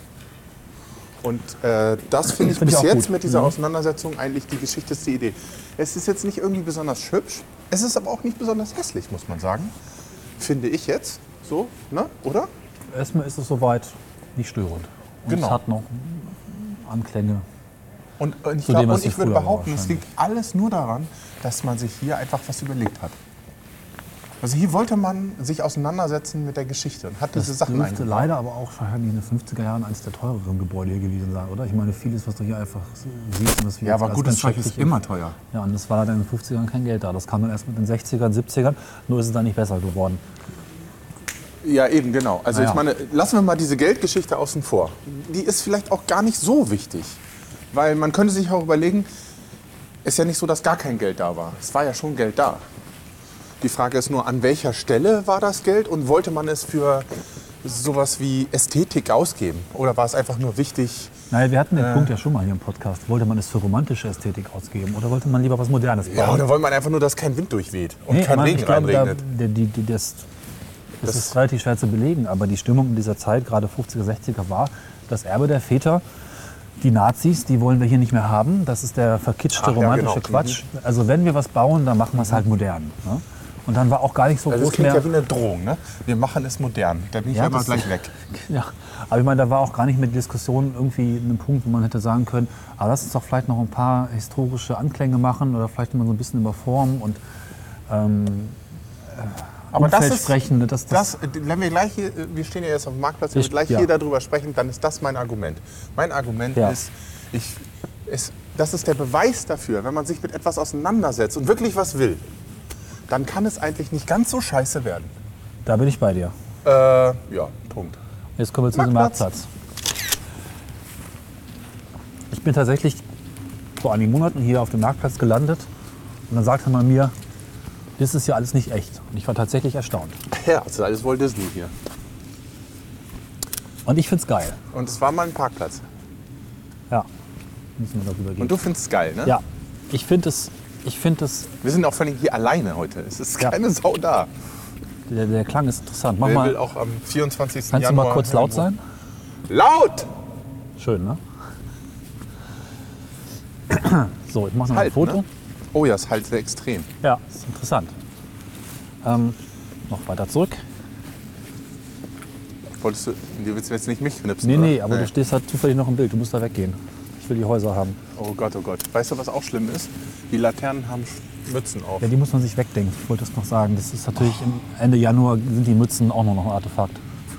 Speaker 2: Und äh, das finde ich
Speaker 3: Finde ich
Speaker 2: bis
Speaker 3: auch
Speaker 2: jetzt
Speaker 3: gut.
Speaker 2: mit dieser
Speaker 3: Mhm.
Speaker 2: Auseinandersetzung eigentlich die geschichteste Idee. Es ist jetzt nicht irgendwie besonders hübsch, es ist aber auch nicht besonders hässlich, muss man sagen. Finde ich jetzt. So, ne? Oder?
Speaker 3: Erstmal ist es soweit nicht störend. Und
Speaker 2: Genau.
Speaker 3: es hat noch Anklänge.
Speaker 2: Und, und ich,
Speaker 3: Zu
Speaker 2: glaub,
Speaker 3: dem, was
Speaker 2: und
Speaker 3: sie
Speaker 2: ich würde
Speaker 3: früher war
Speaker 2: behaupten, es
Speaker 3: wahrscheinlich.
Speaker 2: liegt alles nur daran, dass man sich hier einfach was überlegt hat. Also hier wollte man sich auseinandersetzen mit der Geschichte und hat diese
Speaker 3: Das
Speaker 2: Sachen
Speaker 3: dürfte
Speaker 2: eingebaut.
Speaker 3: leider aber auch wahrscheinlich in den fünfziger Jahren eines der teureren Gebäude hier gewesen sein, oder? Ich meine, vieles, was du hier einfach siehst. Und das
Speaker 2: Ja, aber
Speaker 3: als
Speaker 2: gutes
Speaker 3: ganz
Speaker 2: Zeug ist
Speaker 3: schrecklich
Speaker 2: immer teuer.
Speaker 3: Ja, und es war dann in den fünfzigern kein Geld da. Das kam dann erst mit den sechzigern, siebzigern. Nur ist es dann nicht besser geworden.
Speaker 2: Ja, eben, genau. Also
Speaker 3: Naja.
Speaker 2: ich meine, lassen wir mal diese Geldgeschichte außen vor. Die ist vielleicht auch gar nicht so wichtig. Weil man könnte sich auch überlegen, ist ja nicht so, dass gar kein Geld da war. Es war ja schon Geld da. Die Frage ist nur, an welcher Stelle war das Geld und wollte man es für sowas wie Ästhetik ausgeben? Oder war es einfach nur wichtig?
Speaker 3: Naja, wir hatten den
Speaker 2: Äh.
Speaker 3: Punkt ja schon mal hier im Podcast. Wollte man es für romantische Ästhetik ausgeben oder wollte man lieber was Modernes bauen?
Speaker 2: Ja, oder wollte man einfach nur, dass kein Wind durchweht und
Speaker 3: Nee,
Speaker 2: kein
Speaker 3: Mann,
Speaker 2: Regen
Speaker 3: ich glaube, da,
Speaker 2: reinregnet?
Speaker 3: die, die, die, das, das,
Speaker 2: Das-
Speaker 3: ist relativ schwer zu belegen, aber die Stimmung in dieser Zeit, gerade fünfziger, sechziger, war das Erbe der Väter. Die Nazis, die wollen wir hier nicht mehr haben. Das ist der verkitschte,
Speaker 2: Ach ja,
Speaker 3: romantische
Speaker 2: genau.
Speaker 3: Quatsch. Also wenn wir was bauen, dann machen wir es halt modern. Ne? Und dann war auch gar nicht so
Speaker 2: Also das
Speaker 3: groß
Speaker 2: klingt
Speaker 3: mehr...
Speaker 2: ja wie eine Drohung, ne? Wir machen es modern. Da bin ich ja,
Speaker 3: Ja,
Speaker 2: immer
Speaker 3: das-
Speaker 2: gleich weg.
Speaker 3: Ja, aber ich meine, da war auch gar nicht mit Diskussionen irgendwie ein Punkt, wo man hätte sagen können, ah, lass uns doch vielleicht noch ein paar historische Anklänge machen oder vielleicht mal so ein bisschen über Form und ähm,
Speaker 2: Aber das
Speaker 3: Umfeld
Speaker 2: ist,
Speaker 3: sprechen. Das, das,
Speaker 2: das, wenn wir gleich hier, wir stehen ja jetzt auf dem Marktplatz, wenn wir
Speaker 3: Ich-
Speaker 2: gleich
Speaker 3: ja.
Speaker 2: hier darüber sprechen, dann ist das mein Argument. Mein Argument
Speaker 3: Ja.
Speaker 2: ist, ich, ist, das ist der Beweis dafür, wenn man sich mit etwas auseinandersetzt und wirklich was will, dann kann es eigentlich nicht ganz so scheiße werden.
Speaker 3: da bin ich bei dir.
Speaker 2: Äh, ja, Punkt.
Speaker 3: Jetzt kommen wir zu dem
Speaker 2: Marktplatz.
Speaker 3: Marktplatz. Ich bin tatsächlich vor einigen Monaten hier auf dem Marktplatz gelandet und dann sagte man mir, das ist ja alles nicht echt. Und ich war tatsächlich erstaunt.
Speaker 2: Ja, das ist alles Walt Disney hier.
Speaker 3: Und ich find's geil.
Speaker 2: Und es war mal ein Parkplatz.
Speaker 3: Ja, müssen wir darüber gehen.
Speaker 2: Und du findest es geil, ne?
Speaker 3: Ja, ich finde es, ich finde es,
Speaker 2: Wir sind auch völlig hier alleine heute. Es ist
Speaker 3: Ja.
Speaker 2: keine Sau da.
Speaker 3: der, der Klang ist interessant. Mach
Speaker 2: Wer
Speaker 3: mal,
Speaker 2: will auch am vierundzwanzigsten
Speaker 3: kannst du
Speaker 2: Januar
Speaker 3: mal kurz laut
Speaker 2: irgendwo-
Speaker 3: sein?
Speaker 2: Laut!
Speaker 3: Schön, ne? So, ich mache noch ein
Speaker 2: Halt,
Speaker 3: Foto.
Speaker 2: ne? Oh ja, es halt sehr extrem.
Speaker 3: Ja, ist interessant. Ähm, noch weiter zurück.
Speaker 2: Wolltest du, du willst jetzt nicht mich knipsen,
Speaker 3: Nee,
Speaker 2: oder?
Speaker 3: nee, aber du stehst halt zufällig noch im Bild. Du musst da weggehen. Ich will die Häuser haben.
Speaker 2: Oh Gott, oh Gott. Weißt du, was auch schlimm ist? Die Laternen haben Mützen auf.
Speaker 3: Ja, die muss man sich wegdenken. Ich wollte das noch sagen. Das ist natürlich im Ende Januar sind die Mützen auch noch ein Artefakt.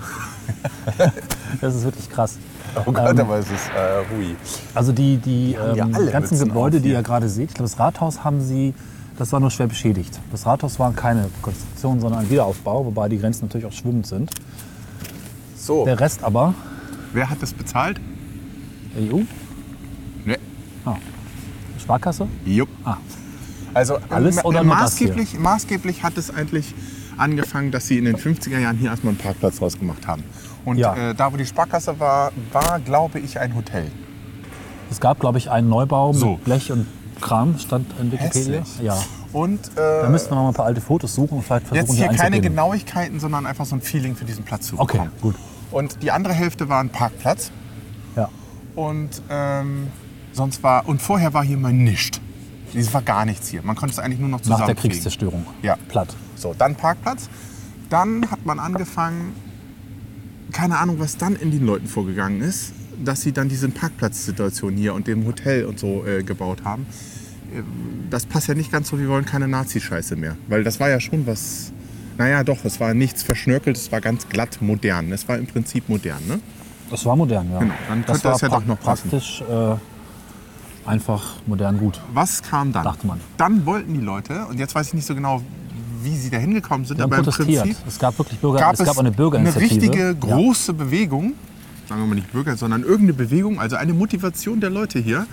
Speaker 3: Das ist wirklich krass.
Speaker 2: Oh Gott, aber es ist äh, hui.
Speaker 3: Also die, die
Speaker 2: haben ja
Speaker 3: ähm,
Speaker 2: alle
Speaker 3: ganzen
Speaker 2: Mützen
Speaker 3: Gebäude,
Speaker 2: auf
Speaker 3: die
Speaker 2: hier.
Speaker 3: ihr gerade seht, ich glaube, das Rathaus haben sie, das war nur schwer beschädigt. Das Rathaus war keine Konstruktion, sondern ein Wiederaufbau, wobei die Grenzen natürlich auch schwimmend sind.
Speaker 2: So,
Speaker 3: Der Rest aber,
Speaker 2: wer hat das bezahlt?
Speaker 3: der E U,
Speaker 2: Ne.
Speaker 3: ah, Sparkasse,
Speaker 2: Jupp.
Speaker 3: ah,
Speaker 2: Also
Speaker 3: Alles
Speaker 2: äh,
Speaker 3: oder nur das hier?
Speaker 2: maßgeblich, maßgeblich hat es eigentlich angefangen, dass sie in den fünfziger Jahren hier erstmal einen Parkplatz rausgemacht haben. Und
Speaker 3: Ja.
Speaker 2: äh, da, wo die Sparkasse war, war, glaube ich, ein Hotel.
Speaker 3: es gab, glaube ich, einen Neubau
Speaker 2: So.
Speaker 3: mit Blech und Kram, stand in Wikipedia.
Speaker 2: Hässlich.
Speaker 3: Ja,
Speaker 2: Und
Speaker 3: da
Speaker 2: äh,
Speaker 3: müssten wir noch mal ein paar alte Fotos suchen und vielleicht versuchen,
Speaker 2: jetzt hier
Speaker 3: die
Speaker 2: keine
Speaker 3: einzubringen.
Speaker 2: Genauigkeiten, sondern einfach so ein Feeling für diesen Platz zu
Speaker 3: Okay,
Speaker 2: bekommen.
Speaker 3: gut.
Speaker 2: Und die andere Hälfte war ein Parkplatz.
Speaker 3: Ja.
Speaker 2: Und ähm, sonst war und vorher war hier mal nichts. Es war gar nichts hier. Man konnte es eigentlich nur noch
Speaker 3: Nach der
Speaker 2: zusammenkriegen.
Speaker 3: Kriegszerstörung.
Speaker 2: Ja.
Speaker 3: Platt.
Speaker 2: So, dann Parkplatz. Dann hat man angefangen, keine Ahnung, was dann in den Leuten vorgegangen ist, dass sie dann diese Parkplatzsituation hier und dem Hotel und so äh, gebaut haben. Ähm, Das passt ja nicht ganz so, wir wollen keine Nazi-Scheiße mehr. Weil das war ja schon was, naja doch, es war nichts verschnörkelt, es war ganz glatt modern. Es war im Prinzip modern, ne?
Speaker 3: Das war modern, ja.
Speaker 2: Genau, dann könnte das ja
Speaker 3: pra-
Speaker 2: doch noch passen.
Speaker 3: praktisch äh, einfach modern gut.
Speaker 2: Was kam dann?
Speaker 3: Dachte man.
Speaker 2: Dann wollten die Leute, und jetzt weiß ich nicht so genau, wie sie da hingekommen sind,
Speaker 3: Die haben
Speaker 2: aber im
Speaker 3: protestiert.
Speaker 2: Prinzip
Speaker 3: Es gab wirklich Bürger,
Speaker 2: gab
Speaker 3: es gab eine Bürgerinitiative.
Speaker 2: eine richtige
Speaker 3: Ja.
Speaker 2: große Bewegung, sagen wir mal nicht Bürger, sondern irgendeine Bewegung, also eine Motivation der Leute hier,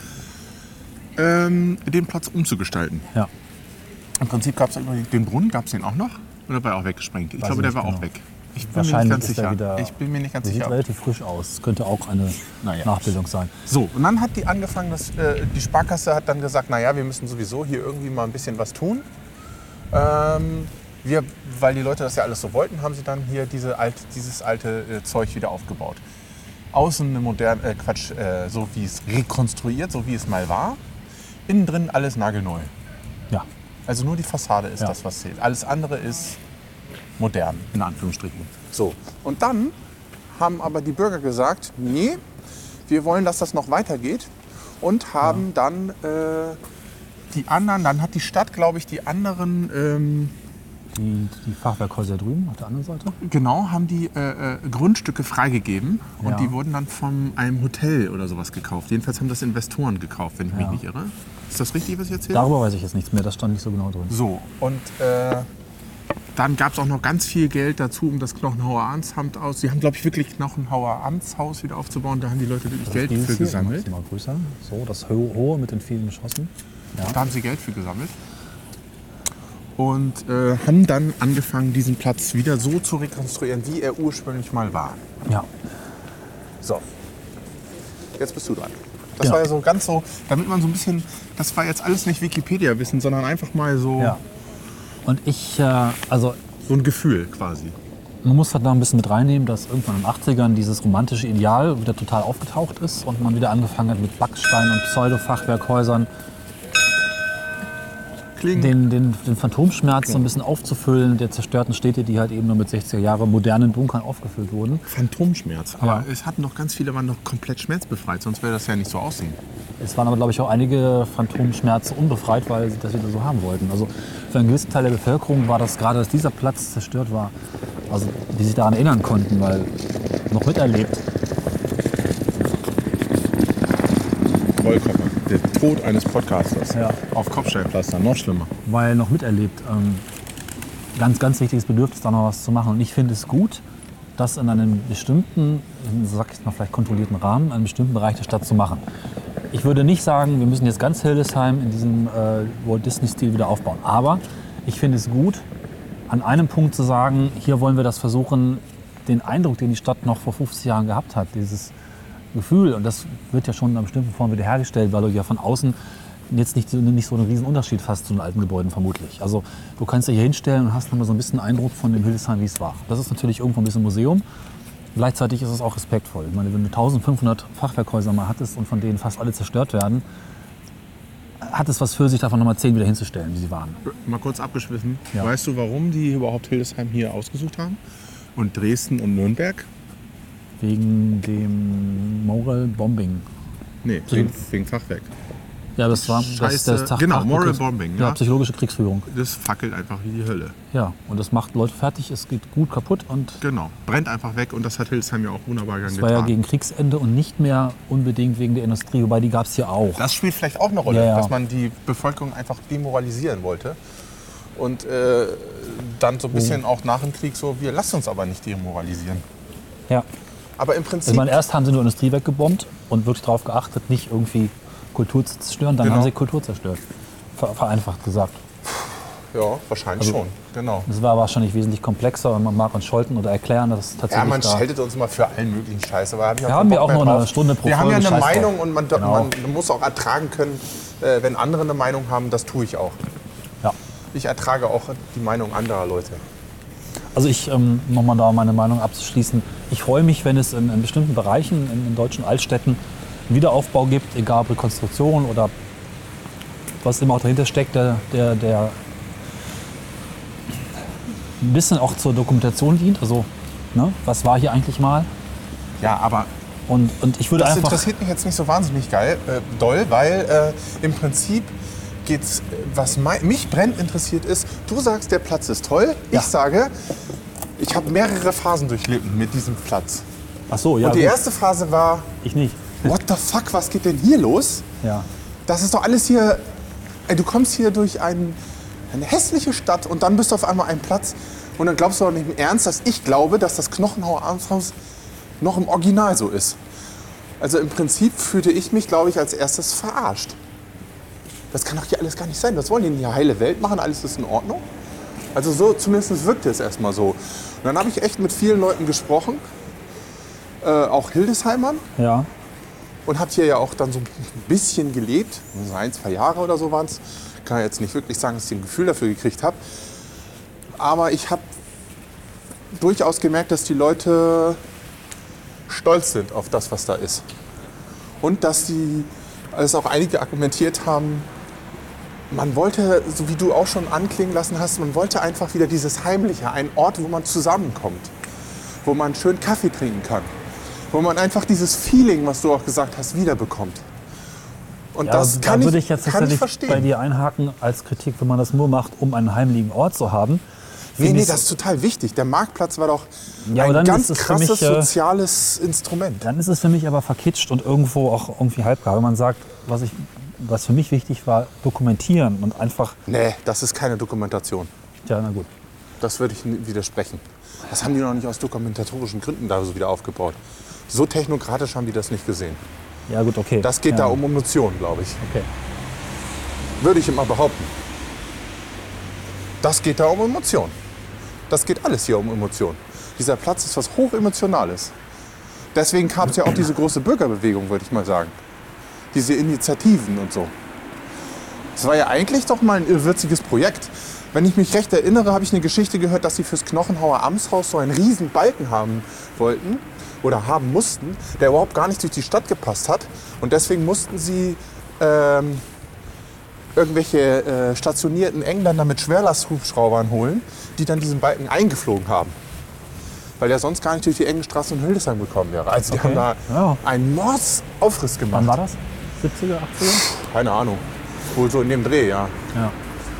Speaker 2: ähm, den Platz umzugestalten.
Speaker 3: Ja.
Speaker 2: Im Prinzip gab es den Brunnen, gab es den auch noch? Oder war er auch weggesprengt? Ich
Speaker 3: Weiß
Speaker 2: glaube,
Speaker 3: ich
Speaker 2: der
Speaker 3: nicht
Speaker 2: war auch
Speaker 3: genau.
Speaker 2: weg. Ich bin mir nicht
Speaker 3: Wahrscheinlich
Speaker 2: ganz
Speaker 3: ist er
Speaker 2: sicher.
Speaker 3: wieder.
Speaker 2: Ich bin mir nicht ganz
Speaker 3: der sieht
Speaker 2: sicher.
Speaker 3: relativ frisch aus. Es könnte auch eine
Speaker 2: Naja.
Speaker 3: Nachbildung sein.
Speaker 2: So, und dann hat die angefangen, dass, äh, die Sparkasse hat dann gesagt, naja, wir müssen sowieso hier irgendwie mal ein bisschen was tun. Ähm, wir, weil die Leute das ja alles so wollten, haben sie dann hier diese alte, dieses alte äh, Zeug wieder aufgebaut. Außen eine moderne, äh, Quatsch, äh, so wie es rekonstruiert, so wie es mal war. Innen drin alles nagelneu.
Speaker 3: Ja.
Speaker 2: Also nur die Fassade ist
Speaker 3: Ja.
Speaker 2: das, was zählt. Alles andere ist modern, in Anführungsstrichen. So, und dann haben aber die Bürger gesagt, nee, wir wollen, dass das noch weitergeht. Und haben dann äh, die anderen, dann hat die Stadt, glaube ich, die anderen, ähm,
Speaker 3: Die, die Fachwerkhäuser drüben auf der anderen Seite.
Speaker 2: genau, haben die äh, äh, Grundstücke freigegeben. Und
Speaker 3: Ja.
Speaker 2: die wurden dann von einem Hotel oder sowas gekauft. Jedenfalls haben das Investoren gekauft, wenn ich mich
Speaker 3: Ja.
Speaker 2: nicht irre. Ist das richtig, was ich erzähle?
Speaker 3: Darüber weiß ich jetzt nichts mehr, das stand nicht so genau drin.
Speaker 2: So, und äh, dann gab es auch noch ganz viel Geld dazu, um das Knochenhauer Amtshaus aus. Sie haben, glaube ich, wirklich Knochenhauer Amtshaus wieder aufzubauen. Da haben die Leute wirklich Geld für
Speaker 3: hier,
Speaker 2: gesammelt.
Speaker 3: Mal größer. So, das Ho- hohe mit den vielen Geschossen. Ja.
Speaker 2: Da haben sie Geld für gesammelt. Und äh, haben dann angefangen, diesen Platz wieder so zu rekonstruieren, wie er ursprünglich mal war.
Speaker 3: Ja.
Speaker 2: So, jetzt bist du dran. Das
Speaker 3: Ja.
Speaker 2: war ja so ganz so, damit man so ein bisschen, das war jetzt alles nicht Wikipedia-Wissen, sondern einfach mal so,
Speaker 3: ja. Und ich, äh, also
Speaker 2: so ein Gefühl quasi.
Speaker 3: man muss halt da ein bisschen mit reinnehmen, dass irgendwann in den achtzigern dieses romantische Ideal wieder total aufgetaucht ist und man wieder angefangen hat mit Backstein und Pseudo-Fachwerkhäusern
Speaker 2: Kling.
Speaker 3: den, den, den Phantomschmerz so ein bisschen aufzufüllen der zerstörten Städte, die halt eben nur mit sechziger Jahre modernen Bunkern aufgefüllt wurden.
Speaker 2: Phantomschmerz. Aber
Speaker 3: Ja.
Speaker 2: es hatten noch ganz viele, waren noch komplett schmerzbefreit, sonst wäre das ja nicht so aussehen.
Speaker 3: Es waren aber, glaube ich, auch einige Phantomschmerzen unbefreit, weil sie das wieder so haben wollten. Also für einen gewissen Teil der Bevölkerung war das gerade, dass dieser Platz zerstört war. Also die sich daran erinnern konnten, weil noch miterlebt.
Speaker 2: Rollkoffer. Der Tod eines Podcasters.
Speaker 3: Ja.
Speaker 2: Auf Kopfsteinpflaster, noch schlimmer.
Speaker 3: Weil noch miterlebt. Ähm, ganz, ganz wichtiges Bedürfnis, da noch was zu machen. Und ich finde es gut, das in einem bestimmten, sag ich mal vielleicht kontrollierten Rahmen, in einem bestimmten Bereich der Stadt zu machen. Ich würde nicht sagen, wir müssen jetzt ganz Hildesheim in diesem äh, Walt Disney-Stil wieder aufbauen. Aber ich finde es gut, an einem Punkt zu sagen, hier wollen wir das versuchen, den Eindruck, den die Stadt noch vor fünfzig Jahren gehabt hat, dieses Gefühl, und das wird ja schon in einer bestimmten Form wiederhergestellt, weil du ja von außen jetzt nicht, so- nicht so einen riesen Unterschied hast zu den alten Gebäuden vermutlich. Also du kannst dich hier hinstellen und hast nochmal so ein bisschen Eindruck von dem Hildesheim, wie es war. Das ist natürlich irgendwo ein bisschen Museum. Gleichzeitig ist es auch respektvoll. Ich meine, wenn du eintausendfünfhundert Fachwerkhäuser mal hattest und von denen fast alle zerstört werden, hat es was für sich, davon nochmal zehn wieder hinzustellen, wie sie waren.
Speaker 2: Mal kurz abgeschwiffen.
Speaker 3: Ja.
Speaker 2: Weißt du, warum die überhaupt Hildesheim hier ausgesucht haben? Und Dresden und Nürnberg?
Speaker 3: Wegen dem Moral Bombing.
Speaker 2: Nee, wegen, wegen Fachwerk.
Speaker 3: Ja, das war
Speaker 2: Scheiße.
Speaker 3: das, das
Speaker 2: Genau,
Speaker 3: Fach-
Speaker 2: Moral
Speaker 3: Fach-
Speaker 2: Bombing,
Speaker 3: Ja,
Speaker 2: ja.
Speaker 3: psychologische Kriegsführung.
Speaker 2: Das fackelt einfach wie die Hölle.
Speaker 3: Ja, und das macht Leute fertig, es geht gut kaputt und
Speaker 2: Genau, brennt einfach weg und das hat Hildesheim ja auch wunderbar
Speaker 3: es
Speaker 2: getan.
Speaker 3: war ja gegen Kriegsende und nicht mehr unbedingt wegen der Industrie, wobei die gab es hier auch.
Speaker 2: Das spielt vielleicht auch eine Rolle,
Speaker 3: Ja, ja.
Speaker 2: dass man die Bevölkerung einfach demoralisieren wollte. Und äh, dann so ein bisschen auch nach dem Krieg so, wir lasst uns aber nicht demoralisieren.
Speaker 3: Ja.
Speaker 2: Aber im
Speaker 3: Also
Speaker 2: Prinzip,
Speaker 3: ich meine, erst haben sie nur Industrie weggebombt und wirklich darauf geachtet, nicht irgendwie Kultur zu zerstören, dann
Speaker 2: Genau.
Speaker 3: haben sie Kultur zerstört. Ver vereinfacht gesagt.
Speaker 2: ja, wahrscheinlich
Speaker 3: Also-
Speaker 2: schon, genau.
Speaker 3: Das war wahrscheinlich wesentlich komplexer und man mag uns scholten oder erklären, dass es
Speaker 2: Ja,
Speaker 3: tatsächlich
Speaker 2: man
Speaker 3: da...
Speaker 2: scheltet uns immer für allen möglichen Scheiß, aber hab ich auch
Speaker 3: Wir
Speaker 2: keinen
Speaker 3: haben ja
Speaker 2: Bock
Speaker 3: auch
Speaker 2: mehr
Speaker 3: nur eine
Speaker 2: drauf.
Speaker 3: Stunde pro
Speaker 2: Wir haben ja
Speaker 3: Folge,
Speaker 2: eine
Speaker 3: scheiß drauf.
Speaker 2: Meinung und man,
Speaker 3: Genau.
Speaker 2: man muss auch ertragen können, äh, wenn andere eine Meinung haben, das tue ich auch.
Speaker 3: Ja.
Speaker 2: Ich ertrage auch die Meinung anderer Leute.
Speaker 3: Also ich, ähm, nochmal da meine Meinung abzuschließen, ich freue mich, wenn es in, in bestimmten Bereichen in, in deutschen Altstädten einen Wiederaufbau gibt, egal ob Rekonstruktion oder was immer auch dahinter steckt, der, der, der ein bisschen auch zur Dokumentation dient. Also, ne, was war hier eigentlich mal?
Speaker 2: Ja, aber
Speaker 3: Und, und ich würde
Speaker 2: das
Speaker 3: einfach...
Speaker 2: interessiert mich jetzt nicht so wahnsinnig geil, äh, doll, weil äh, im Prinzip geht's, was mei- mich brennend interessiert ist, du sagst, der Platz ist toll.
Speaker 3: Ja.
Speaker 2: Ich sage, ich habe mehrere Phasen durchlebt mit diesem Platz.
Speaker 3: Ach so, ja,
Speaker 2: Und die
Speaker 3: gut.
Speaker 2: erste Phase war,
Speaker 3: Ich nicht.
Speaker 2: what the fuck, was geht denn hier los?
Speaker 3: Ja.
Speaker 2: Das ist doch alles hier, ey, du kommst hier durch ein, eine hässliche Stadt und dann bist du auf einmal ein Platz und dann glaubst du doch nicht im Ernst, dass ich glaube, dass das Knochenhauer Amtshaus noch im Original so ist. Also im Prinzip fühlte ich mich, glaube ich, als erstes verarscht. Das kann doch hier alles gar nicht sein. Was wollen die denn hier? Heile Welt machen? Alles ist in Ordnung? Also so, zumindest wirkte es erstmal so. Und dann habe ich echt mit vielen Leuten gesprochen, äh, auch Hildesheimern.
Speaker 3: Ja.
Speaker 2: Und habe hier ja auch dann so ein bisschen gelebt. So ein, zwei Jahre oder so waren es. Kann jetzt nicht wirklich sagen, dass ich ein Gefühl dafür gekriegt habe. Aber ich habe durchaus gemerkt, dass die Leute stolz sind auf das, was da ist. Und dass die, als auch einige argumentiert haben, man wollte, so wie du auch schon anklingen lassen hast, man wollte einfach wieder dieses Heimliche, einen Ort, wo man zusammenkommt, wo man schön Kaffee trinken kann, wo man einfach dieses Feeling, was du auch gesagt hast, wiederbekommt. Und
Speaker 3: Ja,
Speaker 2: das
Speaker 3: da
Speaker 2: kann,
Speaker 3: würde
Speaker 2: ich,
Speaker 3: ich jetzt
Speaker 2: kann ich
Speaker 3: tatsächlich
Speaker 2: verstehen.
Speaker 3: bei dir einhaken als Kritik, wenn man das nur macht, um einen heimlichen Ort zu haben.
Speaker 2: Nee,
Speaker 3: Finde
Speaker 2: nee,
Speaker 3: ich-
Speaker 2: das ist total wichtig. Der Marktplatz war doch
Speaker 3: Ja, aber
Speaker 2: ein
Speaker 3: dann
Speaker 2: ganz
Speaker 3: ist es für
Speaker 2: krasses
Speaker 3: mich, äh,
Speaker 2: soziales Instrument.
Speaker 3: Dann ist es für mich aber verkitscht und irgendwo auch irgendwie halbgar. Wenn man sagt, was, ich, was für mich wichtig war, dokumentieren und einfach,
Speaker 2: Nee, das ist keine Dokumentation.
Speaker 3: ja, na gut.
Speaker 2: das würde ich n- widersprechen. Das haben die noch nicht aus dokumentatorischen Gründen da so wieder aufgebaut. So technokratisch haben die das nicht gesehen.
Speaker 3: Ja gut, okay.
Speaker 2: Das geht
Speaker 3: ja.
Speaker 2: da um Emotionen, glaube ich.
Speaker 3: Okay.
Speaker 2: Würde ich immer behaupten. Das geht da um Emotionen. Das geht alles hier um Emotionen. Dieser Platz ist was Hochemotionales. Deswegen gab es ja auch diese große Bürgerbewegung, würde ich mal sagen. Diese Initiativen und so. Das war ja eigentlich doch mal ein irrwitziges Projekt. Wenn ich mich recht erinnere, habe ich eine Geschichte gehört, dass sie fürs Knochenhauer Amtshaus so einen riesen Balken haben wollten oder haben mussten, der überhaupt gar nicht durch die Stadt gepasst hat. Und deswegen mussten sie ähm, irgendwelche äh, stationierten Engländer mit Schwerlasthubschraubern holen, die dann diesen Balken eingeflogen haben. Weil der sonst gar nicht durch die engen Straßen in Hildesheim gekommen wäre. Also die
Speaker 3: Okay.
Speaker 2: haben da
Speaker 3: Ja.
Speaker 2: einen Mordsaufriss gemacht.
Speaker 3: Wann war das? siebziger, achtziger?
Speaker 2: Keine Ahnung. Wohl so in dem Dreh, ja.
Speaker 3: Ja.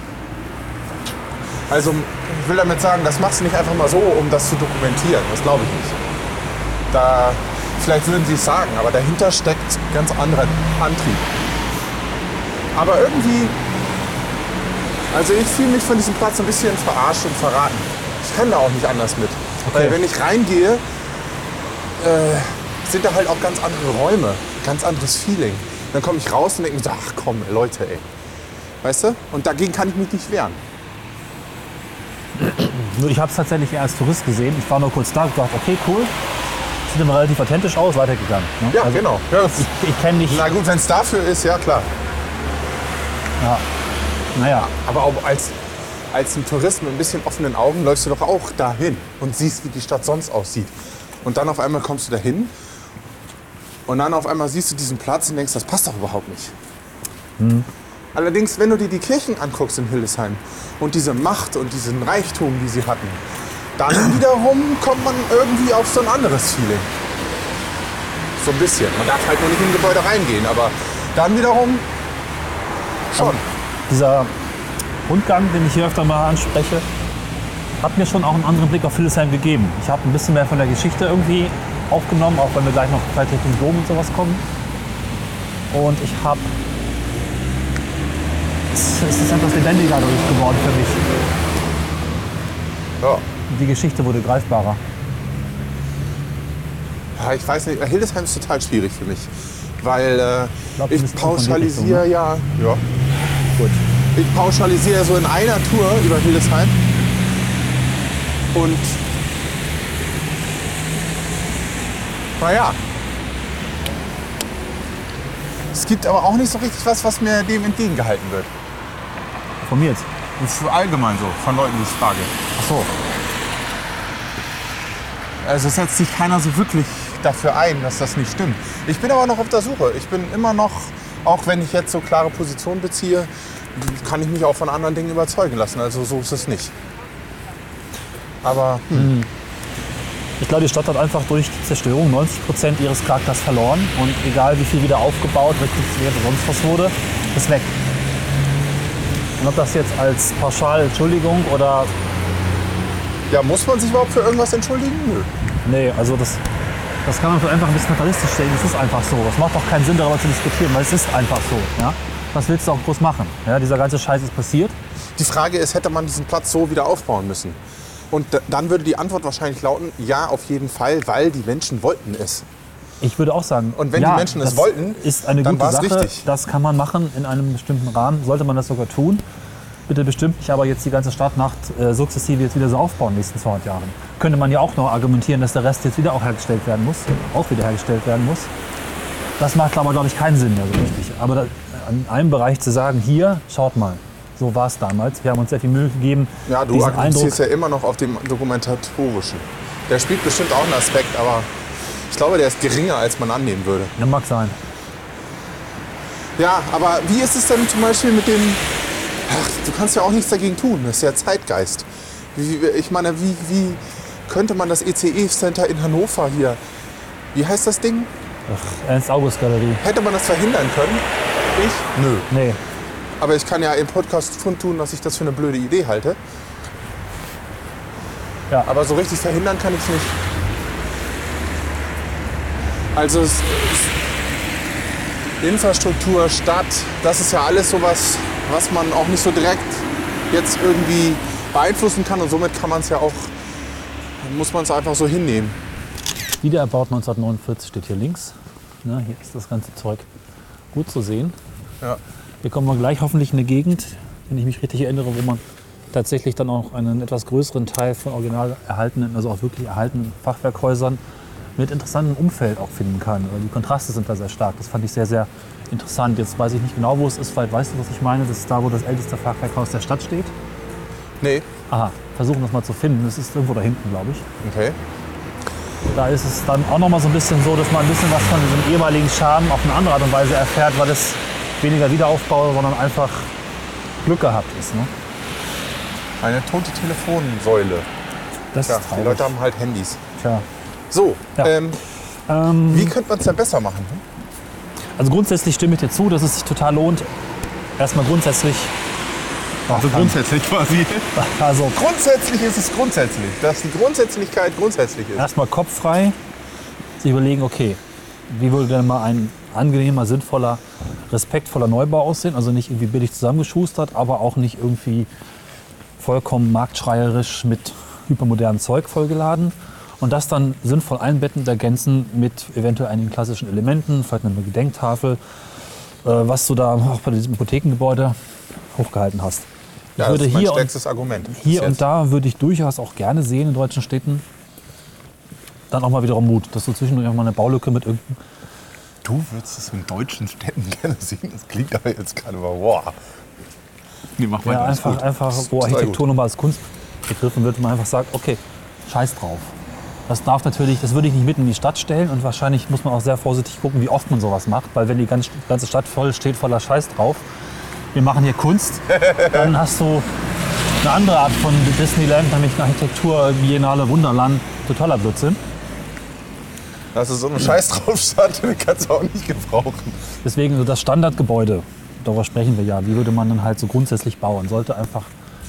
Speaker 2: Also ich will damit sagen, das machst du nicht einfach mal so, um das zu dokumentieren. Das glaube ich nicht. Da, vielleicht würden sie es sagen, aber dahinter steckt ganz anderer Antrieb. Aber irgendwie, also ich fühle mich von diesem Platz ein bisschen verarscht und verraten. Ich kann da auch nicht anders mit.
Speaker 3: Okay.
Speaker 2: Weil wenn ich reingehe, äh, sind da halt auch ganz andere Räume, ganz anderes Feeling. Dann komme ich raus und denke mir so, ach komm, Leute, ey. Weißt du? Und dagegen kann ich mich nicht wehren.
Speaker 3: Nur ich habe es tatsächlich eher als Tourist gesehen. Ich war nur kurz da und dachte, okay, cool. Sieht immer relativ authentisch aus, weitergegangen. Ne?
Speaker 2: Ja,
Speaker 3: Also,
Speaker 2: genau. Ja,
Speaker 3: Ich, ich kenne nicht.
Speaker 2: na gut, wenn es dafür ist, ja klar.
Speaker 3: Ja. Naja,
Speaker 2: Aber auch als, als ein Tourist mit ein bisschen offenen Augen läufst du doch auch dahin und siehst, wie die Stadt sonst aussieht. Und dann auf einmal kommst du dahin und dann auf einmal siehst du diesen Platz und denkst, das passt doch überhaupt nicht.
Speaker 3: Hm.
Speaker 2: Allerdings, wenn du dir die Kirchen anguckst in Hildesheim und diese Macht und diesen Reichtum, die sie hatten, dann wiederum kommt man irgendwie auf so ein anderes Feeling. So ein bisschen. Man darf halt nur nicht in Gebäude reingehen, aber dann wiederum schon.
Speaker 3: dieser Rundgang, den ich hier öfter mal anspreche, hat mir schon auch einen anderen Blick auf Hildesheim gegeben. Ich habe ein bisschen mehr von der Geschichte irgendwie aufgenommen, auch wenn wir gleich noch vielleicht Richtung Dom und sowas kommen. Und ich habe... Es ist etwas lebendiger dadurch geworden für mich.
Speaker 2: Ja.
Speaker 3: Die Geschichte wurde greifbarer.
Speaker 2: Ja, ich weiß nicht, Hildesheim ist total schwierig für mich, weil äh,
Speaker 3: glaub, du
Speaker 2: ich
Speaker 3: bist ein von
Speaker 2: pauschalisiere
Speaker 3: die Richtung,
Speaker 2: ja, ja,
Speaker 3: Gut.
Speaker 2: ich pauschalisiere so in einer Tour über Hildesheim und naja, es gibt aber auch nicht so richtig was, was mir dem entgegengehalten wird.
Speaker 3: Von mir jetzt.
Speaker 2: Das ist allgemein so, von Leuten, die ich frage.
Speaker 3: Ach so.
Speaker 2: Also es setzt sich keiner so wirklich dafür ein, dass das nicht stimmt. Ich bin aber noch auf der Suche. Ich bin immer noch, auch wenn ich jetzt so klare Positionen beziehe, kann ich mich auch von anderen Dingen überzeugen lassen. Also so ist es nicht. Aber hm.
Speaker 3: Ich glaube, die Stadt hat einfach durch die Zerstörung neunzig Prozent ihres Charakters verloren. Und egal wie viel wieder aufgebaut, rekonstruiert oder sonst was wurde, ist weg. Und ob das jetzt als pauschale Entschuldigung oder...
Speaker 2: ja, muss man sich überhaupt für irgendwas entschuldigen? Nö.
Speaker 3: Nee, also das, das kann man einfach ein bisschen fatalistisch sehen. Es ist einfach so. Es macht auch keinen Sinn, darüber zu diskutieren, weil es ist einfach so. Ja? Was willst du auch groß machen? Ja, dieser ganze Scheiß ist passiert.
Speaker 2: Die Frage ist, hätte man diesen Platz so wieder aufbauen müssen? Und d- dann würde die Antwort wahrscheinlich lauten, ja, auf jeden Fall, weil die Menschen wollten es.
Speaker 3: Ich würde auch sagen,
Speaker 2: Und wenn
Speaker 3: ja,
Speaker 2: die Menschen es
Speaker 3: das
Speaker 2: wollten,
Speaker 3: ist eine
Speaker 2: dann
Speaker 3: gute
Speaker 2: war's
Speaker 3: Sache.
Speaker 2: richtig.
Speaker 3: Das kann man machen in einem bestimmten Rahmen. Sollte man das sogar tun. Bitte bestimmt nicht aber jetzt die ganze Stadtnacht äh, sukzessive jetzt wieder so aufbauen in den nächsten zweihundert Jahren. Könnte man ja auch noch argumentieren, dass der Rest jetzt wieder auch hergestellt werden muss. Auch wieder hergestellt werden muss. Das macht aber, glaube ich, keinen Sinn mehr so richtig. Aber da, an einem Bereich zu sagen, hier, schaut mal, so war es damals. Wir haben uns sehr viel Mühe gegeben.
Speaker 2: Ja, du
Speaker 3: diesen Eindruck,
Speaker 2: argumentierst ja immer noch auf dem Dokumentatorischen. Der spielt bestimmt auch einen Aspekt, aber ich glaube, der ist geringer, als man annehmen würde.
Speaker 3: ja, mag sein.
Speaker 2: Ja, aber wie ist es denn zum Beispiel mit dem... Ach, du kannst ja auch nichts dagegen tun, das ist ja Zeitgeist. Wie, ich meine, wie, wie könnte man das E C E-Center in Hannover hier... Wie heißt das Ding?
Speaker 3: Ach, Ernst-August-Galerie.
Speaker 2: Hätte man das verhindern können? Ich? Nö.
Speaker 3: Nee.
Speaker 2: Aber ich kann ja im Podcast kundtun, dass ich das für eine blöde Idee halte.
Speaker 3: Ja.
Speaker 2: Aber so richtig verhindern kann ich es nicht. Also es, es, Infrastruktur, Stadt, das ist ja alles sowas, was man auch nicht so direkt jetzt irgendwie beeinflussen kann und somit kann man es ja auch, muss man es einfach so hinnehmen.
Speaker 3: Wieder erbaut neunzehnhundertneunundvierzig steht hier links. Ne, hier ist das ganze Zeug gut zu sehen.
Speaker 2: Ja.
Speaker 3: Hier kommen wir gleich hoffentlich in eine Gegend, wenn ich mich richtig erinnere, wo man tatsächlich dann auch einen etwas größeren Teil von original erhaltenen, also auch wirklich erhaltenen Fachwerkhäusern mit interessantem Umfeld auch finden kann. Die Kontraste sind da sehr stark. Das fand ich sehr, sehr interessant. Jetzt weiß ich nicht genau, wo es ist. Vielleicht weißt du, was ich meine. Das ist da, wo das älteste Fachwerkhaus der Stadt steht.
Speaker 2: Nee.
Speaker 3: Aha, versuchen das mal zu finden. Das ist irgendwo da hinten, glaube ich.
Speaker 2: Okay.
Speaker 3: Da ist es dann auch noch mal so ein bisschen so, dass man ein bisschen was von diesem ehemaligen Charme auf eine andere Art und Weise erfährt, weil es weniger Wiederaufbau, sondern einfach Glück gehabt ist. Ne?
Speaker 2: Eine tote Telefonsäule.
Speaker 3: Das
Speaker 2: Ja,
Speaker 3: ist
Speaker 2: die
Speaker 3: traurig.
Speaker 2: Leute haben halt Handys.
Speaker 3: Tja.
Speaker 2: So,
Speaker 3: Ja.
Speaker 2: ähm,
Speaker 3: Ähm,
Speaker 2: wie könnte man es denn besser machen?
Speaker 3: also grundsätzlich stimme ich dir zu, dass es sich total lohnt. Erstmal grundsätzlich.
Speaker 2: Also grundsätzlich quasi.
Speaker 3: Also
Speaker 2: Grundsätzlich ist es grundsätzlich, dass die Grundsätzlichkeit grundsätzlich ist.
Speaker 3: erstmal kopffrei sich überlegen, okay, wie würde denn mal ein angenehmer, sinnvoller, respektvoller Neubau aussehen? Also nicht irgendwie billig zusammengeschustert, aber auch nicht irgendwie vollkommen marktschreierisch mit hypermodernem Zeug vollgeladen. Und das dann sinnvoll einbetten und ergänzen mit eventuell einigen klassischen Elementen, vielleicht eine Gedenktafel, äh, was du da auch bei diesem Hypothekengebäude hochgehalten hast. Ich
Speaker 2: Ja, das
Speaker 3: würde
Speaker 2: ist mein
Speaker 3: hier und,
Speaker 2: stärkstes Argument. bis
Speaker 3: hier und
Speaker 2: jetzt.
Speaker 3: da würde ich durchaus auch gerne sehen in deutschen Städten dann auch mal wiederum Mut, dass du zwischendurch auch mal eine Baulücke mit irgendeinem.
Speaker 2: Du würdest es in deutschen Städten gerne sehen. Das klingt aber jetzt gerade mal, wow. Nee, mach
Speaker 3: Ja,
Speaker 2: alles
Speaker 3: einfach,
Speaker 2: gut.
Speaker 3: einfach, wo
Speaker 2: Total
Speaker 3: Architektur
Speaker 2: gut.
Speaker 3: nochmal als Kunst begriffen wird, man einfach sagt, okay, scheiß drauf. Das darf natürlich, das würde ich nicht mitten in die Stadt stellen und wahrscheinlich muss man auch sehr vorsichtig gucken, wie oft man sowas macht, weil wenn die ganze, ganze Stadt voll steht voller Scheiß drauf, wir machen hier Kunst, dann hast du eine andere Art von Disneyland, nämlich eine Architektur, Biennale, Wunderland, totaler Blödsinn.
Speaker 2: Dass du so einen Scheiß drauf stand, den kannst du auch nicht gebrauchen.
Speaker 3: Deswegen so das Standardgebäude, darüber sprechen wir ja, wie würde man dann halt so grundsätzlich bauen, sollte einfach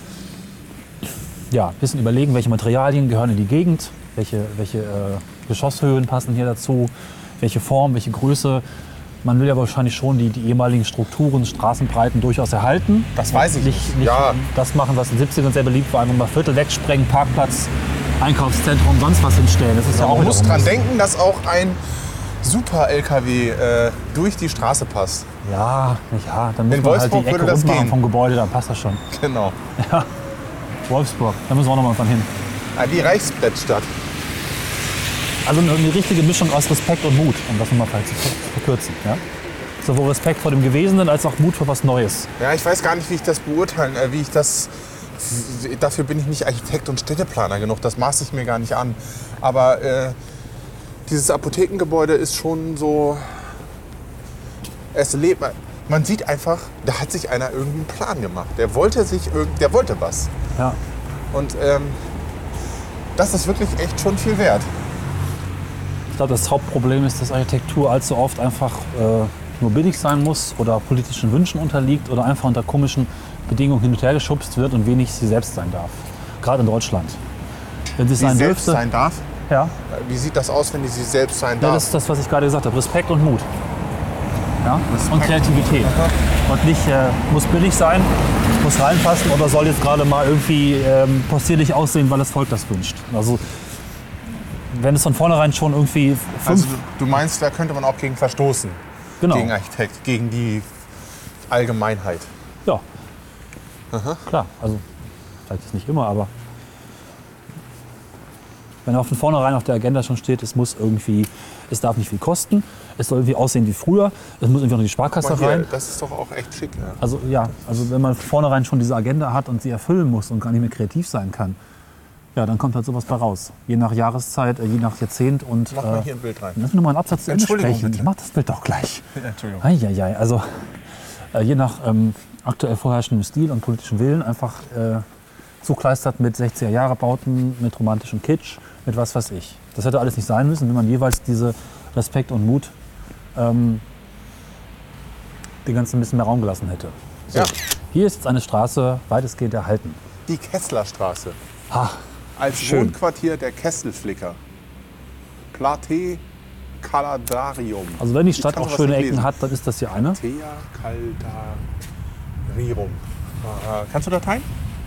Speaker 3: ja, ein bisschen überlegen, welche Materialien gehören in die Gegend, welche, welche äh, Geschosshöhen passen hier dazu, welche Form, welche Größe. Man will ja wahrscheinlich schon die, die ehemaligen Strukturen, Straßenbreiten durchaus erhalten.
Speaker 2: Das weiß ich
Speaker 3: Nicht,
Speaker 2: nicht.
Speaker 3: nicht
Speaker 2: Ja.
Speaker 3: das machen, was in den siebzigern sehr beliebt war, einfach mal Viertel wegsprengen, Parkplatz, Einkaufszentrum, sonst was hinstellen. Das ist ja, auch
Speaker 2: Man muss
Speaker 3: wiederum
Speaker 2: dran
Speaker 3: was-
Speaker 2: denken, dass auch ein Super-L K W äh, durch die Straße passt.
Speaker 3: Ja, ja, dann muss
Speaker 2: In
Speaker 3: man halt die
Speaker 2: Wolfsburg
Speaker 3: Ecke
Speaker 2: würde das
Speaker 3: rund machen
Speaker 2: gehen.
Speaker 3: vom Gebäude, dann passt das schon.
Speaker 2: Genau.
Speaker 3: Wolfsburg, da müssen wir auch noch mal von hin.
Speaker 2: Ah, die Reichsbrettstadt.
Speaker 3: Also eine, eine richtige Mischung aus Respekt und Mut, um das nochmal vielleicht zu ver- verkürzen. Ja? Sowohl Respekt vor dem Gewesenen als auch Mut für was Neues.
Speaker 2: Ja, ich weiß gar nicht, wie ich das beurteilen, äh, wie ich das. Dafür bin ich nicht Architekt und Städteplaner genug. Das maße ich mir gar nicht an. Aber äh, dieses Apothekengebäude ist schon so. Es lebt. Man sieht einfach, da hat sich einer irgendeinen Plan gemacht. Der wollte sich, irgend- der wollte was.
Speaker 3: Ja.
Speaker 2: Und ähm, das ist wirklich echt schon viel wert.
Speaker 3: Ich glaube, das Hauptproblem ist, dass Architektur allzu oft einfach äh, nur billig sein muss oder politischen Wünschen unterliegt oder einfach unter komischen Bedingungen hin und her geschubst wird und wenig sie selbst sein darf. Gerade in Deutschland. Wenn sie es
Speaker 2: Wie
Speaker 3: sein
Speaker 2: selbst
Speaker 3: dürfte.
Speaker 2: sein darf.
Speaker 3: Ja.
Speaker 2: Wie sieht das aus, wenn die sie selbst sein
Speaker 3: Ja,
Speaker 2: darf?
Speaker 3: das ist das, was ich gerade gesagt habe. Respekt und Mut. Ja? Und Kreativität. Und nicht, äh, muss billig sein, muss reinpassen oder soll jetzt gerade mal irgendwie ähm, possierlich aussehen, weil das Volk das wünscht. Also, wenn es von vornherein schon irgendwie fünf,
Speaker 2: Also du meinst, da könnte man auch gegen verstoßen,
Speaker 3: genau,
Speaker 2: gegen Architekt, gegen die Allgemeinheit.
Speaker 3: ja, klar, also vielleicht ist nicht immer, aber wenn auch von vornherein auf der Agenda schon steht, es muss irgendwie, es darf nicht viel kosten, es soll irgendwie aussehen wie früher, es muss irgendwie noch in die Sparkasse
Speaker 2: Guck mal
Speaker 3: rein.
Speaker 2: hier, das ist doch auch echt schick. Ja.
Speaker 3: Also ja, also wenn man von vornherein schon diese Agenda hat und sie erfüllen muss und gar nicht mehr kreativ sein kann, ja, dann kommt halt sowas bei raus. Je nach Jahreszeit, äh, je nach Jahrzehnt und
Speaker 2: Mach mal
Speaker 3: äh,
Speaker 2: hier ein Bild rein.
Speaker 3: lass mich noch mal einen Absatz zu Ende
Speaker 2: Entschuldigung,
Speaker 3: sprechen.
Speaker 2: bitte.
Speaker 3: Ich mach das Bild doch gleich.
Speaker 2: Entschuldigung.
Speaker 3: Eieiei, also äh, je nach ähm, aktuell vorherrschendem Stil und politischem Willen einfach äh, zukleistert mit sechziger-Jahre-Bauten, mit romantischem Kitsch, mit was weiß ich. Das hätte alles nicht sein müssen, wenn man jeweils diese Respekt und Mut ähm, den ganzen ein bisschen mehr Raum gelassen hätte. So,
Speaker 2: Ja.
Speaker 3: hier ist jetzt eine Straße weitestgehend erhalten.
Speaker 2: Die Kesslerstraße.
Speaker 3: Ha,
Speaker 2: Als
Speaker 3: Schön.
Speaker 2: Wohnquartier der Kesselflicker. Plate Caladarium.
Speaker 3: also wenn die Stadt
Speaker 2: kann
Speaker 3: auch
Speaker 2: sowas
Speaker 3: schöne
Speaker 2: nicht
Speaker 3: Ecken
Speaker 2: lesen.
Speaker 3: hat, dann ist das hier eine.
Speaker 2: Thea Caldarium. Äh, kannst du Dateien?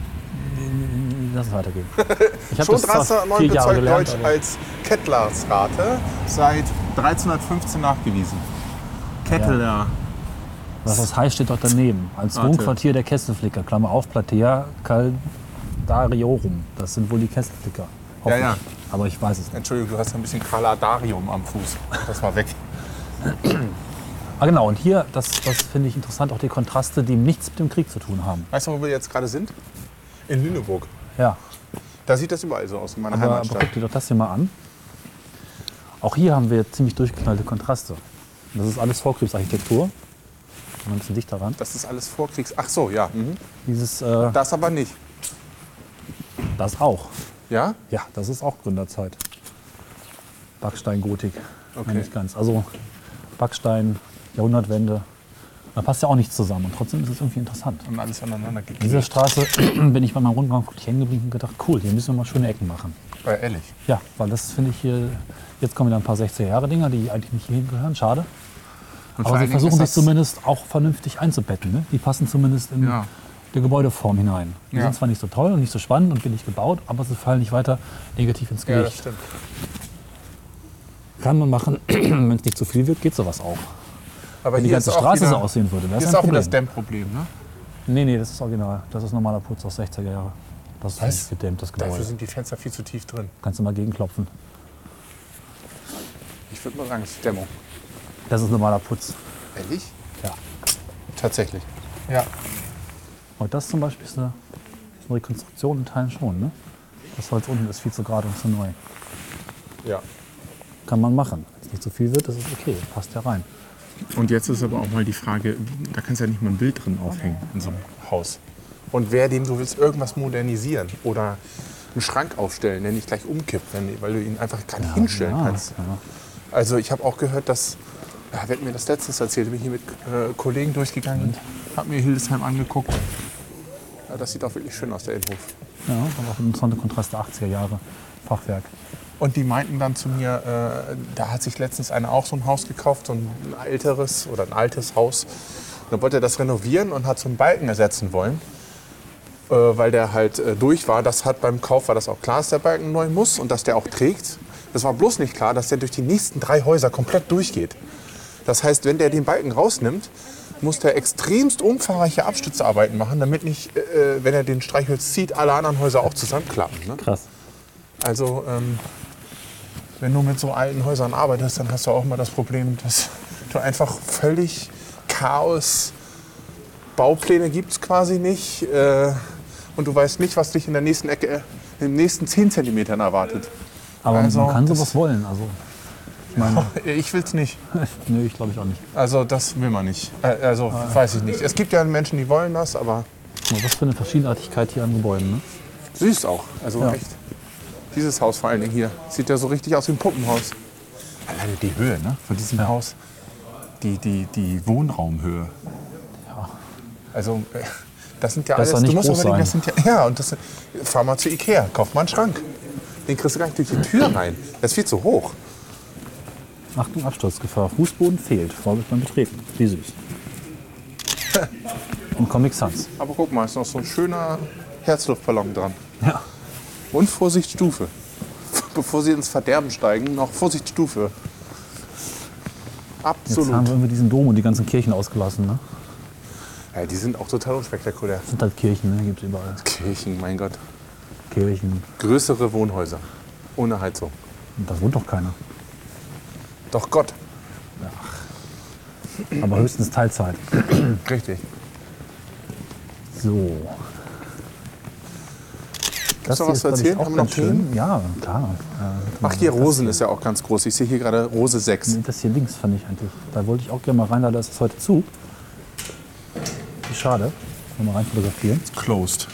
Speaker 3: Lass es weitergehen. Ich habe
Speaker 2: Schon
Speaker 3: das zwar
Speaker 2: dreizehnhundertneun
Speaker 3: vier Jahre
Speaker 2: bezeugt
Speaker 3: gelernt,
Speaker 2: Deutsch
Speaker 3: aber
Speaker 2: als Kettlersrate, seit dreizehnhundertfünfzehn nachgewiesen. Kettler.
Speaker 3: was das heißt, steht dort daneben. Als
Speaker 2: Warte.
Speaker 3: Wohnquartier der Kesselflicker, Klammer auf, Platea Caldariorum. Das sind wohl die Kesselflicker. Hoffe
Speaker 2: Ja, ja.
Speaker 3: ich. Aber ich weiß es nicht.
Speaker 2: Entschuldigung, du hast ein bisschen Kaladarium am Fuß. Das mal weg.
Speaker 3: Ah, genau, und hier, das, das finde ich interessant, auch die Kontraste, die nichts mit dem Krieg zu tun haben.
Speaker 2: Weißt du, wo wir jetzt gerade sind? In Lüneburg.
Speaker 3: Ja,
Speaker 2: Da sieht das überall so aus, in meiner
Speaker 3: aber, aber
Speaker 2: Heimatstadt.
Speaker 3: guck dir doch das hier mal an. Auch hier haben wir ziemlich durchgeknallte Kontraste. Das ist alles Vorkriegsarchitektur. Mal ein bisschen dichter ran.
Speaker 2: Das ist alles Vorkriegs... Ach so, ja. Mhm.
Speaker 3: Dieses, äh,
Speaker 2: Das aber nicht.
Speaker 3: das auch.
Speaker 2: Ja?
Speaker 3: Ja, das ist auch Gründerzeit. Backstein-Gotik.
Speaker 2: Okay.
Speaker 3: Nicht ganz. Also Backstein, Jahrhundertwende. Da passt ja auch nichts zusammen. Und trotzdem ist es irgendwie interessant.
Speaker 2: Und alles aneinander
Speaker 3: In dieser
Speaker 2: geklebt.
Speaker 3: Straße bin ich bei meinem Rundgang wirklich hängen geblieben und gedacht, cool, hier müssen wir mal schöne Ecken machen.
Speaker 2: Äh, ehrlich.
Speaker 3: Ja, weil das finde ich hier, jetzt kommen wieder ein paar sechziger-Jahre-Dinger, die eigentlich nicht hierhin gehören, schade.
Speaker 2: Und vor
Speaker 3: Aber
Speaker 2: allen
Speaker 3: sie
Speaker 2: Dingen
Speaker 3: versuchen sich
Speaker 2: ist das-
Speaker 3: zumindest auch vernünftig einzubetten. Ne? Die passen zumindest in
Speaker 2: Ja.
Speaker 3: die Gebäudeform hinein. Die
Speaker 2: Ja.
Speaker 3: sind zwar nicht so toll und nicht so spannend und billig gebaut, aber sie fallen nicht weiter negativ ins
Speaker 2: Ja, das
Speaker 3: Gewicht.
Speaker 2: stimmt.
Speaker 3: Kann man machen, wenn es nicht zu viel wird, geht sowas auch.
Speaker 2: Aber
Speaker 3: Wenn die
Speaker 2: hier
Speaker 3: ganze
Speaker 2: ist auch
Speaker 3: Straße
Speaker 2: wieder,
Speaker 3: so aussehen würde, wäre
Speaker 2: Hier
Speaker 3: es
Speaker 2: ist
Speaker 3: ein
Speaker 2: auch wieder das
Speaker 3: Problem.
Speaker 2: Dämmproblem, ne?
Speaker 3: Nee, nee, das ist original. Das ist normaler Putz aus sechziger Jahre. Das ist
Speaker 2: Was?
Speaker 3: nicht gedämmt, das Gebäude.
Speaker 2: Dafür sind die Fenster viel zu tief drin.
Speaker 3: Kannst du mal gegenklopfen.
Speaker 2: Ich würde mal sagen, es ist Dämmung.
Speaker 3: Das ist normaler Putz.
Speaker 2: Ehrlich?
Speaker 3: Ja.
Speaker 2: Tatsächlich. Ja.
Speaker 3: Und das zum Beispiel ist eine, ist eine Rekonstruktion in Teilen schon. Ne? Das Holz unten ist viel zu gerade und zu neu.
Speaker 2: Ja.
Speaker 3: Kann man machen. Wenn es nicht zu viel wird, das ist okay. Passt ja rein.
Speaker 2: Und jetzt ist aber auch mal die Frage, da kannst du ja nicht mal ein Bild drin aufhängen in so einem Haus. Und wer dem du willst irgendwas modernisieren oder einen Schrank aufstellen, der nicht gleich umkippt, wenn, weil du ihn einfach gar nicht hinstellen
Speaker 3: ja,
Speaker 2: kannst.
Speaker 3: ja.
Speaker 2: Also ich habe auch gehört, dass, ja, wer hat mir das letztens erzählt, bin ich hier mit äh, Kollegen durchgegangen, habe mir Hildesheim angeguckt. Ja, das sieht auch wirklich schön aus, der Innenhof.
Speaker 3: Ja, aber auch interessante Kontraste achtziger Jahre. Fachwerk.
Speaker 2: Und die meinten dann zu mir, äh, da hat sich letztens einer auch so ein Haus gekauft, so ein älteres oder ein altes Haus. Dann wollte er das renovieren und hat so einen Balken ersetzen wollen, äh, weil der halt äh, durch war. Das hat beim Kauf war das auch klar, dass der Balken neu muss und dass der auch trägt. Das war bloß nicht klar, dass der durch die nächsten drei Häuser komplett durchgeht. Das heißt, wenn der den Balken rausnimmt, muss der extremst umfangreiche Abstützarbeiten machen, damit nicht, äh, wenn er den Streichholz zieht, alle anderen Häuser auch zusammenklappen. Ne?
Speaker 3: Krass.
Speaker 2: Also, ähm, wenn du mit so alten Häusern arbeitest, dann hast du auch mal das Problem, dass du einfach völlig Chaos, Baupläne gibt es quasi nicht äh, und du weißt nicht, was dich in der nächsten Ecke, äh, in den nächsten zehn Zentimetern erwartet.
Speaker 3: Aber
Speaker 2: Also,
Speaker 3: man kann
Speaker 2: das-
Speaker 3: sowas wollen. Also, ich meine,
Speaker 2: Ich will's nicht.
Speaker 3: nö, ich glaube ich auch nicht.
Speaker 2: Also das will man nicht. Äh, also weiß ich nicht. Es gibt ja Menschen, die wollen das, aber
Speaker 3: Aber was für eine Verschiedenartigkeit hier an Gebäuden. Ne?
Speaker 2: süß auch. Also
Speaker 3: Ja.
Speaker 2: echt. Dieses Haus vor allen Dingen hier sieht ja so richtig aus wie ein Puppenhaus. Alleine die Höhe, ne? Von diesem
Speaker 3: Ja.
Speaker 2: Haus. Die, die, die Wohnraumhöhe.
Speaker 3: Ja.
Speaker 2: Also äh, das sind ja
Speaker 3: Das
Speaker 2: alles.
Speaker 3: soll nicht
Speaker 2: du musst
Speaker 3: groß
Speaker 2: überlegen, das
Speaker 3: sein.
Speaker 2: sind ja. Ja, und das sind, fahr mal zu Ikea, kauf mal einen Schrank. Den kriegst du gar nicht durch die Tür rein. Das ist viel zu hoch.
Speaker 3: Achtung, Absturzgefahr. Fußboden fehlt. Vorsicht beim Betreten. Wie süß. Und Comic Sans.
Speaker 2: Aber guck mal, ist noch so ein schöner Herzluftballon dran.
Speaker 3: Ja.
Speaker 2: Und Vorsichtsstufe. Bevor sie ins Verderben steigen, noch Vorsichtsstufe.
Speaker 3: Jetzt haben
Speaker 2: Absolut.
Speaker 3: wir irgendwie diesen Dom und die ganzen Kirchen ausgelassen. Ne?
Speaker 2: Ja, die sind auch total unspektakulär.
Speaker 3: Das sind halt Kirchen, ne? Gibt es überall.
Speaker 2: Kirchen, mein Gott.
Speaker 3: Kirchen.
Speaker 2: Größere Wohnhäuser. Ohne Heizung.
Speaker 3: Und da wohnt doch keiner.
Speaker 2: Doch Gott.
Speaker 3: Aber höchstens Teilzeit.
Speaker 2: Richtig.
Speaker 3: So. Das
Speaker 2: noch
Speaker 3: hier
Speaker 2: was
Speaker 3: ist,
Speaker 2: zu
Speaker 3: glaub ich,
Speaker 2: erzählen?
Speaker 3: auch
Speaker 2: Haben wir noch
Speaker 3: ganz schön. Ja, klar. Äh,
Speaker 2: Ach, hier Rosen ist ja auch ganz groß. Ich sehe hier gerade Rose sechs.
Speaker 3: Das hier links fand ich eigentlich. Da wollte ich auch gerne mal rein, leider ist es heute zu. Wie schade. Mal rein fotografieren.
Speaker 2: Closed.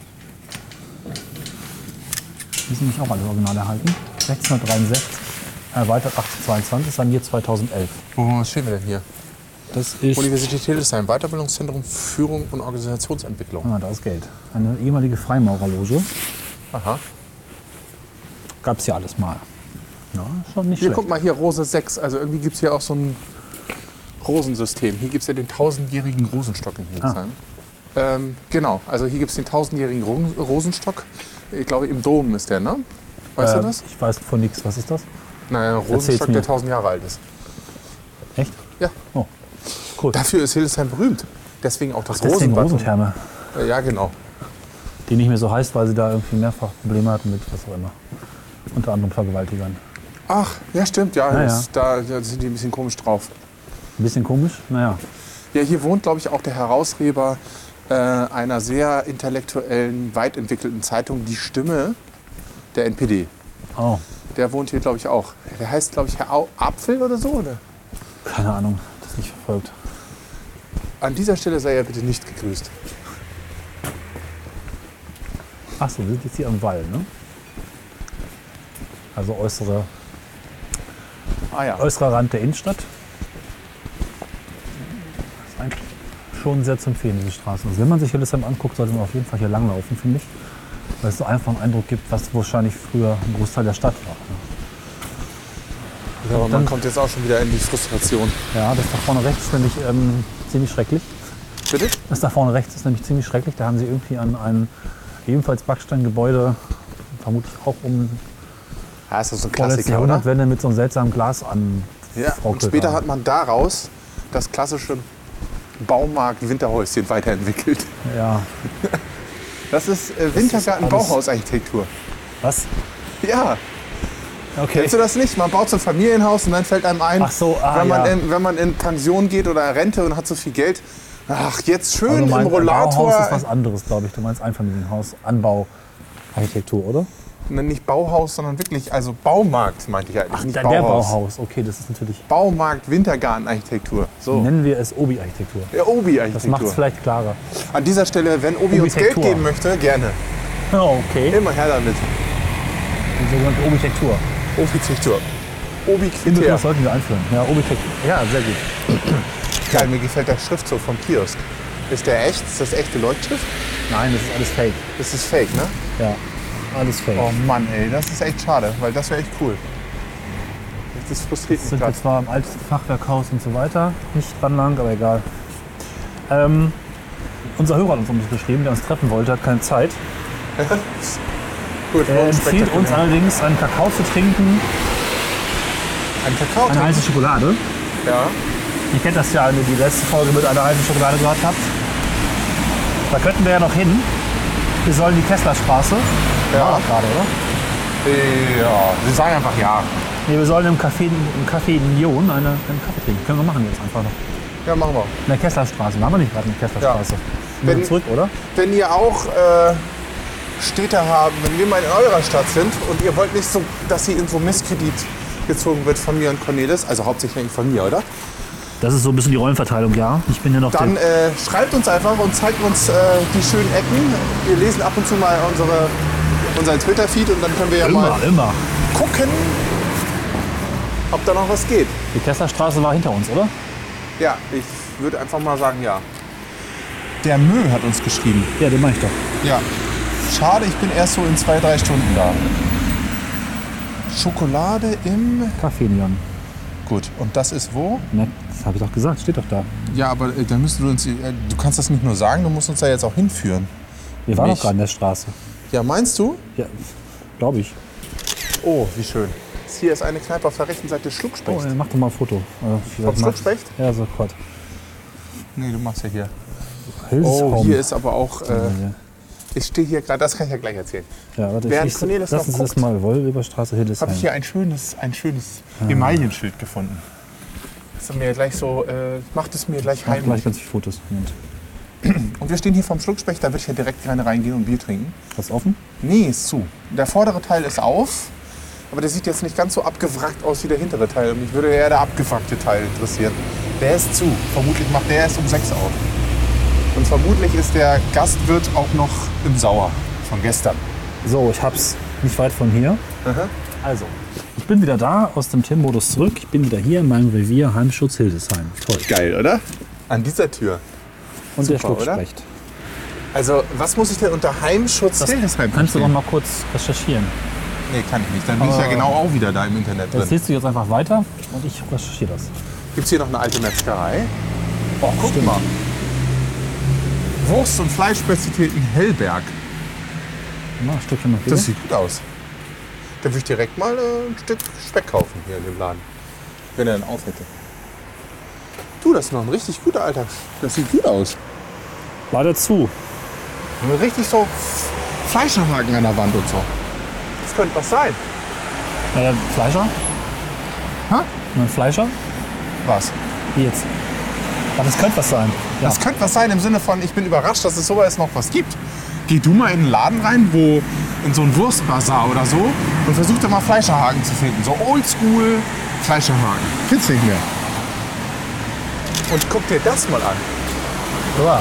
Speaker 3: Die sind nämlich auch alle original erhalten. sechzehnhundertdreiundsechzig, erweitert achtzehnhundertzweiundzwanzig, saniert zweitausendelf.
Speaker 2: Wo stehen wir denn hier?
Speaker 3: Das ist.
Speaker 2: Universität Hildesheim, Weiterbildungszentrum Führung und Organisationsentwicklung.
Speaker 3: Ah, da ist Geld. Eine ehemalige Freimaurerloge.
Speaker 2: Aha.
Speaker 3: Gab es ja alles mal. Ja, schon nicht
Speaker 2: Hier,
Speaker 3: schlecht.
Speaker 2: guck mal, hier Rose sechs. Also irgendwie gibt es hier auch so ein Rosensystem. Hier gibt es ja den tausendjährigen Rosenstock in Hildesheim. Ähm, genau, also hier gibt es den tausendjährigen Ro- Rosenstock. Ich glaube, im Dom ist der, ne? Weißt
Speaker 3: Äh,
Speaker 2: du das?
Speaker 3: Ich weiß von nichts. Was ist das?
Speaker 2: Naja, ein
Speaker 3: Erzähl's
Speaker 2: Rosenstock,
Speaker 3: mir.
Speaker 2: der tausend Jahre alt ist.
Speaker 3: Echt?
Speaker 2: Ja.
Speaker 3: Oh, cool.
Speaker 2: Dafür ist Hildesheim berühmt. Deswegen auch das
Speaker 3: Deswegen
Speaker 2: Rosenwappen.
Speaker 3: Rosentherme,
Speaker 2: Äh, Ja, genau.
Speaker 3: die nicht mehr so heißt, weil sie da irgendwie mehrfach Probleme hatten mit was auch immer. Unter anderem Vergewaltigern.
Speaker 2: Ach, ja, stimmt, ja.
Speaker 3: Ja,
Speaker 2: das, Da, da sind die ein bisschen komisch drauf.
Speaker 3: Ein bisschen komisch, naja.
Speaker 2: Ja, hier wohnt, glaube ich, auch der Herausgeber äh, einer sehr intellektuellen, weit entwickelten Zeitung, Die Stimme der N P D.
Speaker 3: Oh,
Speaker 2: Der wohnt hier, glaube ich, auch. Der heißt, glaube ich, Herr Au Apfel oder so, oder?
Speaker 3: keine Ahnung, das nicht verfolgt.
Speaker 2: An dieser Stelle sei er bitte nicht gegrüßt.
Speaker 3: Ach so, wir sind jetzt hier am Wall, ne? Also äußere,
Speaker 2: Ah ja.
Speaker 3: äußerer Rand der Innenstadt. Das ist eigentlich schon sehr zu empfehlen, diese Straße. Also wenn man sich Hildesheim anguckt, sollte man auf jeden Fall hier langlaufen, finde ich. Weil es so einfach einen Eindruck gibt, was wahrscheinlich früher ein Großteil der Stadt war.
Speaker 2: Aber man
Speaker 3: dann-
Speaker 2: kommt jetzt auch schon wieder in die Frustration.
Speaker 3: Ja, das da vorne rechts ist nämlich ähm, ziemlich schrecklich.
Speaker 2: Bitte?
Speaker 3: Das da vorne rechts ist nämlich ziemlich schrecklich. Da haben sie irgendwie an einem ebenfalls Backsteingebäude, vermutlich auch um
Speaker 2: Ja, ist das so ein
Speaker 3: vorletzte
Speaker 2: Klassiker, oder?
Speaker 3: Jahrhundertwende, mit so einem seltsamen Glas an.
Speaker 2: Ja, und später hat man daraus das klassische Baumarkt-Winterhäuschen weiterentwickelt.
Speaker 3: Ja,
Speaker 2: Das ist äh, Wintergarten-Bauhausarchitektur.
Speaker 3: was?
Speaker 2: Ja,
Speaker 3: Okay.
Speaker 2: kennst du das nicht? Man baut so ein Familienhaus und dann fällt einem ein,
Speaker 3: Ach so, ah,
Speaker 2: wenn, man
Speaker 3: ja.
Speaker 2: in, wenn man in Pension geht oder Rente und hat so viel Geld, ach, jetzt schön
Speaker 3: Also
Speaker 2: im
Speaker 3: mein
Speaker 2: Rollator.
Speaker 3: Bauhaus ist was anderes, glaube ich. Du meinst Einfamilienhaus, Anbau, Architektur, oder?
Speaker 2: Ne, nicht Bauhaus, sondern wirklich, also Baumarkt meinte ich eigentlich, nicht
Speaker 3: Der,
Speaker 2: Bauhaus.
Speaker 3: der Bauhaus, okay, das ist natürlich.
Speaker 2: Baumarkt, Wintergartenarchitektur. So.
Speaker 3: Nennen wir es Obi-Architektur.
Speaker 2: Ja,
Speaker 3: Das macht
Speaker 2: Obi-Architektur.
Speaker 3: es vielleicht klarer.
Speaker 2: An dieser Stelle, wenn Obi uns Geld
Speaker 3: Obitektur.
Speaker 2: geben möchte, gerne.
Speaker 3: Oh, okay.
Speaker 2: Immer her damit.
Speaker 3: Die sogenannte Obitektur.
Speaker 2: Obi-Architektur.
Speaker 3: Den
Speaker 2: Obi-Quitär.
Speaker 3: Begriff sollten wir einführen. Ja, Obitektur. Ja, sehr gut.
Speaker 2: Geil, mir gefällt der Schriftzug vom Kiosk. Ist der echt? Ist das echte Leuchtschrift?
Speaker 3: Nein, das ist alles Fake.
Speaker 2: Das ist fake, ne?
Speaker 3: Ja, alles Fake.
Speaker 2: Oh Mann, ey, das ist echt schade, weil das wäre echt cool. Das frustriert mich
Speaker 3: sind wir
Speaker 2: gerade.
Speaker 3: zwar im alten Fachwerkhaus und so weiter, nicht dran lang, aber egal. Ähm, unser Hörer hat uns uns geschrieben, der uns treffen wollte, hat keine Zeit.
Speaker 2: Gut,
Speaker 3: Er empfiehlt uns allerdings, einen Kakao zu trinken,
Speaker 2: ein Kakao.
Speaker 3: eine heiße Schokolade.
Speaker 2: Ja.
Speaker 3: Ihr kennt das ja, wenn ihr die letzte Folge mit einer heißen Schokolade gehört habt. Da könnten wir ja noch hin. Wir sollen die Kesslerstraße.
Speaker 2: Ja.
Speaker 3: War doch gerade, oder?
Speaker 2: Ja, Sie sagen einfach ja.
Speaker 3: Nee, wir sollen im Café, im Café Nion eine, einen Kaffee trinken. Können wir machen jetzt einfach noch.
Speaker 2: Ja, machen wir.
Speaker 3: In der Kesslerstraße. Waren wir nicht gerade in der Kesslerstraße? Ja.
Speaker 2: Wenn-
Speaker 3: Wenn, zurück, oder?
Speaker 2: Wenn ihr auch äh, Städte haben, wenn wir mal in eurer Stadt sind und ihr wollt nicht so, dass sie in so Misskredit gezogen wird von mir und Cornelis, also hauptsächlich eigentlich von mir, oder?
Speaker 3: Das ist so ein bisschen die Rollenverteilung, ja. Ich bin ja noch
Speaker 2: Dann
Speaker 3: der...
Speaker 2: äh, schreibt uns einfach und zeigt uns äh, die schönen Ecken. Wir lesen ab und zu mal unsere, unseren Twitter-Feed und dann können wir ja
Speaker 3: Immer,
Speaker 2: mal
Speaker 3: immer.
Speaker 2: gucken, ob da noch was geht.
Speaker 3: Die Kesslerstraße war hinter uns, oder?
Speaker 2: Ja, ich würde einfach mal sagen, ja. Der Mö hat uns geschrieben.
Speaker 3: Ja, den mach ich doch.
Speaker 2: Ja. Schade, ich bin erst so in zwei, drei Stunden da. Schokolade im...
Speaker 3: Café Nion.
Speaker 2: Gut, und das ist wo?
Speaker 3: Ne, das habe ich doch gesagt, steht doch da.
Speaker 2: Ja, aber äh, dann müssen du uns... Äh, du kannst das nicht nur sagen, du musst uns da jetzt auch hinführen.
Speaker 3: Wir waren
Speaker 2: Mich?
Speaker 3: doch gerade in der Straße.
Speaker 2: Ja, meinst du?
Speaker 3: Ja, glaube ich.
Speaker 2: Oh, wie schön. Hier ist eine Kneipe auf der rechten Seite
Speaker 3: Oh,
Speaker 2: Schluckspecht.
Speaker 3: äh, mach doch mal ein Foto. Äh,
Speaker 2: Vom
Speaker 3: vielleicht mach-
Speaker 2: Schluckspecht?
Speaker 3: Ja, sofort.
Speaker 2: Nee, du machst ja hier.
Speaker 3: Hildesheim.
Speaker 2: Oh, hier ist aber auch... Äh,
Speaker 3: Ja,
Speaker 2: ich stehe hier gerade, das kann ich ja gleich erzählen.
Speaker 3: ja, warte,
Speaker 2: Während
Speaker 3: ich,
Speaker 2: Cornelis
Speaker 3: lass
Speaker 2: noch
Speaker 3: uns das
Speaker 2: guckt,
Speaker 3: mal. Wollweberstraße, Hildesheim.
Speaker 2: Habe ich hier ein schönes, ein schönes Emaillenschild gefunden. Das ist mir gleich so, äh, macht es mir gleich
Speaker 3: Mach gleich
Speaker 2: heimlich.
Speaker 3: ganz viele Fotos. Moment.
Speaker 2: Und wir stehen hier vom Schluckspecht, da würde ich ja direkt gerne reingehen und Bier trinken.
Speaker 3: Was offen?
Speaker 2: Nee, ist zu. Der vordere Teil ist auf, aber der sieht jetzt nicht ganz so abgewrackt aus wie der hintere Teil. Und mich würde eher der abgewrackte Teil interessieren. Der ist zu. Vermutlich macht der erst um sechs auf. Und vermutlich ist der Gastwirt auch noch im Sauer von gestern.
Speaker 3: So, ich hab's nicht weit von hier.
Speaker 2: Aha.
Speaker 3: Also, ich bin wieder da, aus dem Tim-Modus zurück. Ich bin wieder hier in meinem Revier Heimschutz Hildesheim. Toll.
Speaker 2: Geil, oder? An dieser Tür.
Speaker 3: Und der
Speaker 2: Super, oder?
Speaker 3: Schluckspecht.
Speaker 2: Also, was muss ich denn unter Heimschutz
Speaker 3: Das
Speaker 2: Hildesheim
Speaker 3: kannst du noch
Speaker 2: verstehen?
Speaker 3: mal kurz recherchieren.
Speaker 2: Nee, kann ich nicht. Dann bin ich ja
Speaker 3: Aber-
Speaker 2: genau auch wieder da im Internet
Speaker 3: Das
Speaker 2: drin.
Speaker 3: siehst du jetzt einfach weiter und ich recherchiere das.
Speaker 2: Gibt es hier noch eine alte Metzgerei?
Speaker 3: Oh,
Speaker 2: Guck mal. Wurst- und Fleischspezialitäten Hellberg.
Speaker 3: Na, ein Stückchen noch
Speaker 2: Das sieht gut aus. Da würde ich direkt mal äh, ein Stück Speck kaufen hier in dem Laden. Wenn er einen auf hätte. Du, das ist noch ein richtig guter, Alter. Das sieht gut aus.
Speaker 3: Leider zu.
Speaker 2: Und richtig so Fleischerhaken an der Wand und so. Das könnte was sein.
Speaker 3: Äh, Fleischer?
Speaker 2: Hä?
Speaker 3: Ein Fleischer?
Speaker 2: Was?
Speaker 3: Wie jetzt? Aber das könnte was sein. Ja.
Speaker 2: Das könnte was sein im Sinne von, ich bin überrascht, dass es sowas noch was gibt. Geh du mal in einen Laden rein, wo in so einen Wurstbazar oder so und versuch da mal Fleischerhaken zu finden. So oldschool Fleischerhaken. Findest nicht mehr. Und guck dir das mal an.
Speaker 3: Ja.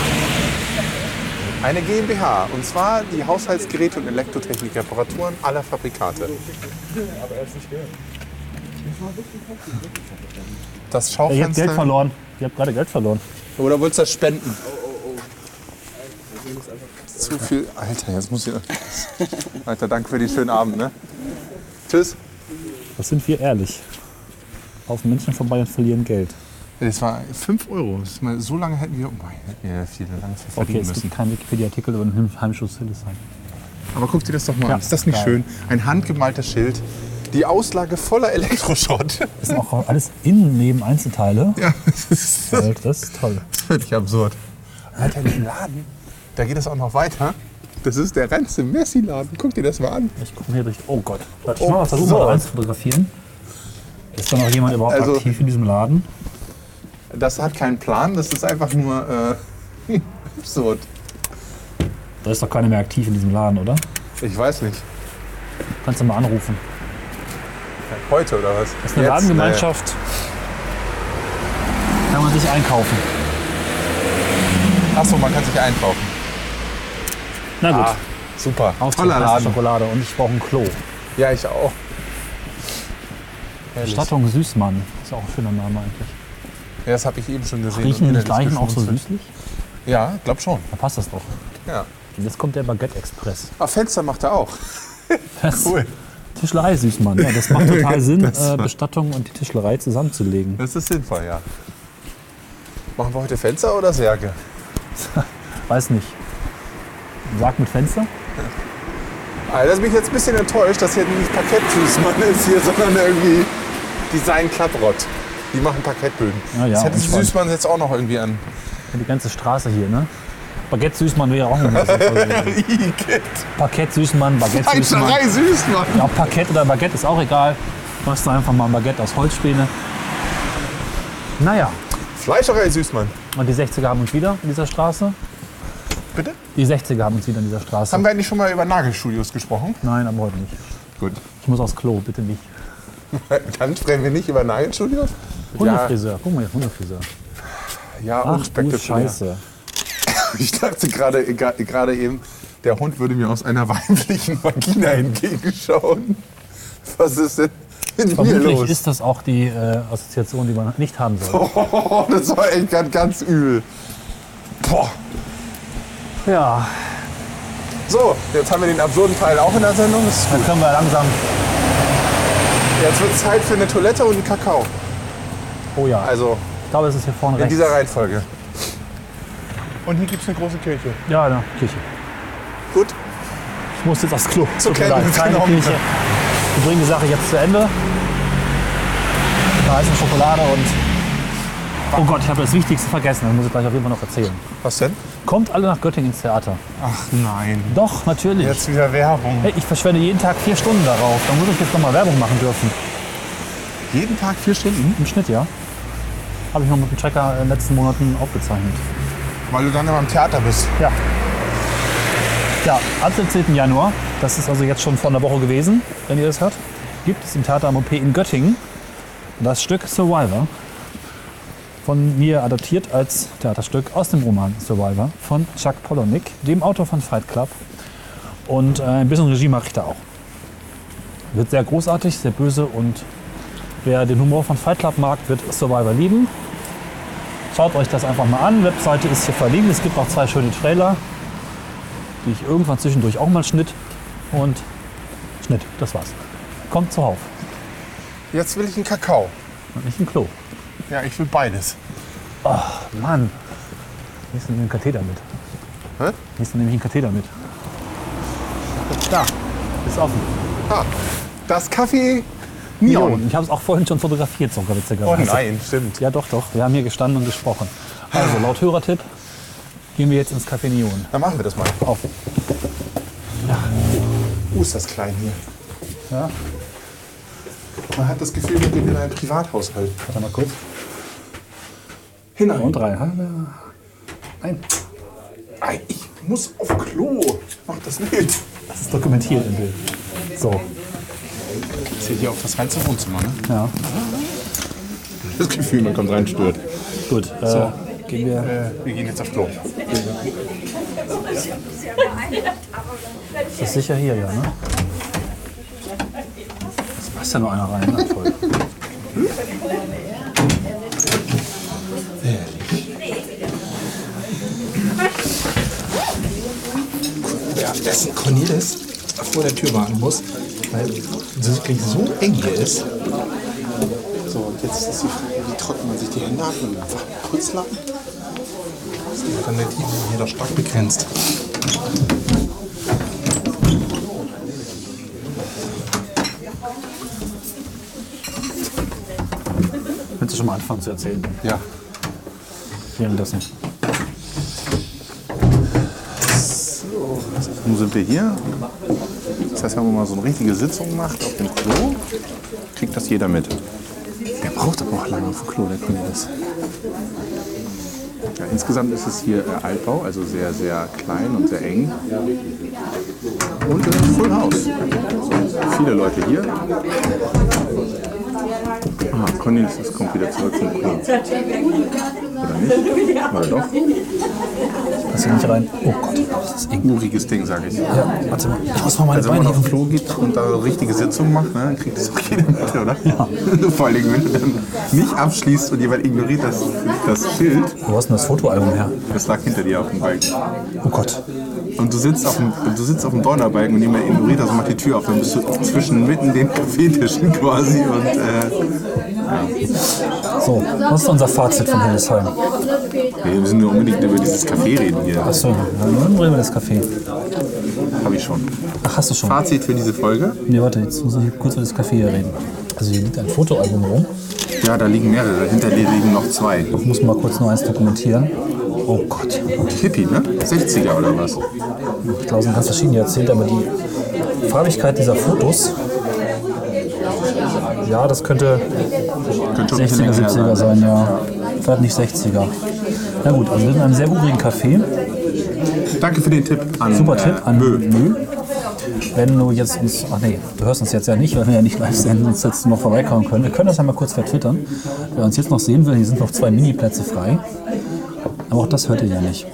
Speaker 2: Eine GmbH. Und zwar die Haushaltsgeräte und Elektrotechnik-Reparaturen aller Fabrikate. Das
Speaker 3: Ihr habt Geld
Speaker 2: Schaufenster.
Speaker 3: verloren. Ihr habt gerade Geld verloren.
Speaker 2: Oder wolltest du das spenden? Zu viel. Alter, jetzt muss ich. Alter, danke für den schönen Abend, ne? Tschüss.
Speaker 3: Das sind wir ehrlich. Auf Menschen vorbei und verlieren Geld.
Speaker 2: Das war fünf Euro. Das ist mal, so lange hätten wir. Oh, hätten wir viel lange
Speaker 3: Okay,
Speaker 2: verdienen
Speaker 3: es
Speaker 2: müssen.
Speaker 3: gibt keinen Wikipedia-Artikel über einen Heimschuss Hildesheim.
Speaker 2: Aber guck dir das doch mal
Speaker 3: Ja,
Speaker 2: an. Ist das nicht
Speaker 3: geil.
Speaker 2: schön? Ein handgemaltes Schild. Die Auslage voller Elektroschrott.
Speaker 3: Das sind auch alles innen neben Einzelteile.
Speaker 2: Ja, das ist, das
Speaker 3: Das ist toll.
Speaker 2: ist völlig absurd. Alter, den Laden, da geht es auch noch weiter. Das ist der reinste Messi-Laden. Guck dir das mal an.
Speaker 3: Ich gucke hier durch. Oh Gott. Ich
Speaker 2: Oh,
Speaker 3: mal versuchen,
Speaker 2: so.
Speaker 3: mal rein zu fotografieren. Ist da noch jemand überhaupt
Speaker 2: Also-
Speaker 3: aktiv in diesem Laden?
Speaker 2: Das hat keinen Plan. Das ist einfach nur äh, absurd.
Speaker 3: Da ist doch keiner mehr aktiv in diesem Laden, oder?
Speaker 2: Ich weiß nicht.
Speaker 3: Kannst du mal anrufen.
Speaker 2: Heute oder was?
Speaker 3: Das ist eine Ladengemeinschaft. Kann man sich einkaufen.
Speaker 2: Achso, man kann sich einkaufen.
Speaker 3: Na gut.
Speaker 2: Ah, super.
Speaker 3: Auf zur
Speaker 2: Toller Laden.
Speaker 3: Schokolade. Und ich brauche ein Klo.
Speaker 2: Ja, ich auch. Herrlich.
Speaker 3: Bestattung Süßmann. Ist auch ein schöner Name eigentlich.
Speaker 2: Ja, das habe ich eben schon gesehen.
Speaker 3: Riechen
Speaker 2: Und
Speaker 3: die
Speaker 2: das
Speaker 3: gleichen auch so
Speaker 2: geschmunzelt.
Speaker 3: süßlich?
Speaker 2: Ja, glaub schon.
Speaker 3: Da passt das doch.
Speaker 2: Ja.
Speaker 3: Und jetzt kommt der Baguette Express.
Speaker 2: Ah, Fenster macht er auch.
Speaker 3: Das
Speaker 2: Cool.
Speaker 3: Tischlerei Süßmann. Ja, das macht total Sinn,
Speaker 2: Das-
Speaker 3: äh, Bestattung und die Tischlerei zusammenzulegen.
Speaker 2: Das ist sinnvoll, ja. Machen wir heute Fenster oder Särge?
Speaker 3: Weiß nicht. Sag mit Fenster?
Speaker 2: Also, das bin ich jetzt ein bisschen enttäuscht, dass hier nicht Parkett-Süßmann ist hier, sondern irgendwie Design Klapprott. Die machen Parkettböden.
Speaker 3: Ja, ja,
Speaker 2: das hätte
Speaker 3: und spannend.
Speaker 2: Süßmann jetzt auch noch irgendwie an.
Speaker 3: Die ganze Straße hier, ne? Baguette Süßmann wäre auch noch so. Parkett Süßmann, Baguette Süßmann.
Speaker 2: Fleischerei Süßmann.
Speaker 3: Ja, ob Parkett oder Baguette ist auch egal. Machst du einfach mal ein Baguette aus Holzspäne. Naja,
Speaker 2: Fleischerei Süßmann.
Speaker 3: und die sechziger haben uns wieder in dieser Straße.
Speaker 2: Bitte?
Speaker 3: Die sechziger haben uns wieder in dieser Straße.
Speaker 2: Haben wir eigentlich schon mal über Nagelstudios gesprochen?
Speaker 3: Nein, aber heute nicht.
Speaker 2: Gut.
Speaker 3: Ich muss aufs Klo, bitte nicht.
Speaker 2: Dann sprechen wir nicht über Nagelstudios? Ja,
Speaker 3: Hundefriseur, guck mal hier, Hundefriseur.
Speaker 2: ja
Speaker 3: Ach du
Speaker 2: unspektakulär.
Speaker 3: Scheiße.
Speaker 2: Ich dachte gerade gra- gerade eben, der Hund würde mir aus einer weiblichen Vagina entgegenschauen. Was ist denn mit mir
Speaker 3: Vermutlich
Speaker 2: los?
Speaker 3: ist das auch die äh, Assoziation, die man nicht haben soll.
Speaker 2: Oh, das war echt ganz, ganz übel. Boah.
Speaker 3: Ja,
Speaker 2: So, jetzt haben wir den absurden Teil auch in der Sendung. Das ist
Speaker 3: dann
Speaker 2: gut.
Speaker 3: können wir langsam.
Speaker 2: Jetzt wird es Zeit für eine Toilette und einen Kakao.
Speaker 3: Oh ja,
Speaker 2: Also
Speaker 3: ich glaube, es ist hier vorne
Speaker 2: in
Speaker 3: rechts.
Speaker 2: dieser Reihenfolge. Und hier gibt es eine große Kirche.
Speaker 3: Ja, in der Kirche.
Speaker 2: Gut.
Speaker 3: Ich muss jetzt aufs Klo.
Speaker 2: Zur
Speaker 3: Tut mir leid,
Speaker 2: Kenntnis
Speaker 3: keine
Speaker 2: genommen.
Speaker 3: Kirche. Wir bringen die Sache jetzt zu Ende. Da ist eine Schokolade und. Oh Gott, ich habe das Wichtigste vergessen. Das muss ich gleich auf jeden Fall noch erzählen.
Speaker 2: Was denn?
Speaker 3: Kommt alle nach Göttingen ins Theater.
Speaker 2: Ach nein.
Speaker 3: Doch, natürlich.
Speaker 2: Jetzt wieder Werbung.
Speaker 3: Hey, ich verschwende jeden Tag vier Stunden darauf. Dann muss ich jetzt nochmal Werbung machen dürfen.
Speaker 2: Jeden Tag vier Stunden?
Speaker 3: Im Schnitt, ja. Habe ich noch mit dem Tracker in den letzten Monaten aufgezeichnet.
Speaker 2: Weil du dann immer im Theater bist.
Speaker 3: Ja. Ja, ab siebzehnten Januar, das ist also jetzt schon vor einer Woche gewesen, wenn ihr das hört, gibt es im Theater am O P in Göttingen das Stück Survivor. Von mir adaptiert als Theaterstück aus dem Roman Survivor von Chuck Palahniuk, dem Autor von Fight Club. Und äh, ein bisschen Regie mache ich da auch. Wird sehr großartig, sehr böse und wer den Humor von Fight Club mag, wird Survivor lieben. Schaut euch das einfach mal an. Webseite ist hier verlinkt. Es gibt auch zwei schöne Trailer, die ich irgendwann zwischendurch auch mal schnitt. Und Schnitt, das war's. Kommt zuhauf.
Speaker 2: Jetzt will ich einen Kakao.
Speaker 3: Und nicht ein Klo.
Speaker 2: Ja, ich will beides.
Speaker 3: Mann, wie ist denn ein Katheter mit?
Speaker 2: Hä?
Speaker 3: Nächstes nehme ich einen Katheter mit. Da, ist offen.
Speaker 2: Ah, das Café
Speaker 3: Neon.
Speaker 2: Neon.
Speaker 3: Ich habe es auch vorhin schon fotografiert, sogar
Speaker 2: Oh
Speaker 3: witzigerweise.
Speaker 2: nein, stimmt.
Speaker 3: Ja, doch, doch. Wir haben hier gestanden und gesprochen. Also, laut Hörertipp gehen wir jetzt ins Café Neon.
Speaker 2: Dann machen wir das mal.
Speaker 3: Auf.
Speaker 2: Uh, ist das klein hier.
Speaker 3: Ja.
Speaker 2: Man hat das Gefühl, wir gehen in ein Privathaushalt.
Speaker 3: Warte mal kurz.
Speaker 2: Hinein.
Speaker 3: Und rein. Nein.
Speaker 2: Ei, ich muss auf Klo. Mach das nicht.
Speaker 3: Das ist dokumentiert im Bild. So.
Speaker 2: Zählt hier auch das reinste Wohnzimmer, ne?
Speaker 3: Ja.
Speaker 2: Das Gefühl, man kommt rein, stört.
Speaker 3: Gut. Äh,
Speaker 2: So.
Speaker 3: Gehen wir.
Speaker 2: Äh, wir gehen jetzt auf Klo.
Speaker 3: Das ist sicher hier, ja, ne? Es passt ja nur einer rein. Ne? Toll.
Speaker 2: Währenddessen Cornelis vor der Tür warten muss, weil es wirklich so eng hier ist. So, und jetzt ist die Frage, wie trocknet man sich die Hände ab und einfach Putzlappen? Das ist dann nicht hier doch stark begrenzt.
Speaker 3: Willst du schon mal anfangen zu erzählen?
Speaker 2: Ja.
Speaker 3: Währenddessen.
Speaker 2: So, nun sind wir hier. Das heißt, wenn man mal so eine richtige Sitzung macht auf dem Klo, kriegt das jeder mit. Der braucht aber auch lange auf dem Klo, der Cornelis. Ja, insgesamt ist es hier äh, Altbau, also sehr, sehr klein und sehr eng. Und äh, Full House. Viele Leute hier. Ah, Cornelis kommt wieder zurück zum Klo. Oder nicht? Oder doch?
Speaker 3: Lass hier nicht rein. Oh Gott, das ist eng.
Speaker 2: Uriges Ding, sage ich.
Speaker 3: Ja, warte mal. Ich muss mal meine
Speaker 2: Also wenn
Speaker 3: Beine
Speaker 2: man auf
Speaker 3: hier.
Speaker 2: Klo geht und da eine richtige Sitzung macht, ne, dann kriegt das auch jeder mit, oder? Ja. Vor allem, wenn du dann nicht abschließt und jemand ignoriert das, das Schild,
Speaker 3: Wo hast du denn das Fotoalbum her?
Speaker 2: das lag hinter dir auf dem Balken.
Speaker 3: Oh Gott.
Speaker 2: Und du sitzt auf dem, du sitzt auf dem Donnerbalken und jemand ignoriert das und macht die Tür auf. Dann bist du zwischen mitten den Kaffeetischen quasi und äh,
Speaker 3: So, was ist unser Fazit von Hildesheim?
Speaker 2: wir müssen nur unbedingt über dieses Café reden hier.
Speaker 3: Achso, dann reden wir über das Café.
Speaker 2: Habe ich schon.
Speaker 3: Ach, hast du schon?
Speaker 2: Fazit für diese Folge?
Speaker 3: Nee, warte, jetzt muss ich kurz über das Café hier reden. Also hier liegt ein Fotoalbum rum.
Speaker 2: Ja, da liegen mehrere. Hinter dir liegen noch zwei.
Speaker 3: Ich muss mal kurz nur eins dokumentieren. Oh Gott.
Speaker 2: Hippie, ne? sechziger oder was?
Speaker 3: Ich glaube, es sind ganz verschiedene Jahrzehnte, aber die Farbigkeit dieser Fotos, ja, das könnte
Speaker 2: Könnte schon ein bisschen
Speaker 3: sechziger,
Speaker 2: länger
Speaker 3: siebziger
Speaker 2: her
Speaker 3: sein, ja. Vielleicht nicht sechziger. Na gut, also wir sind in einem sehr urigen Café.
Speaker 2: Danke für den Tipp an
Speaker 3: Super
Speaker 2: äh,
Speaker 3: Tipp an
Speaker 2: Mö.
Speaker 3: Mö. Wenn du jetzt uns, ach nee, du hörst uns jetzt ja nicht, weil wir ja nicht live senden, sonst jetzt noch vorbeikommen können. Wir können das ja mal kurz vertwittern. Wer uns jetzt noch sehen will, hier sind noch zwei Mini-Plätze frei. Aber auch das hört ihr ja nicht.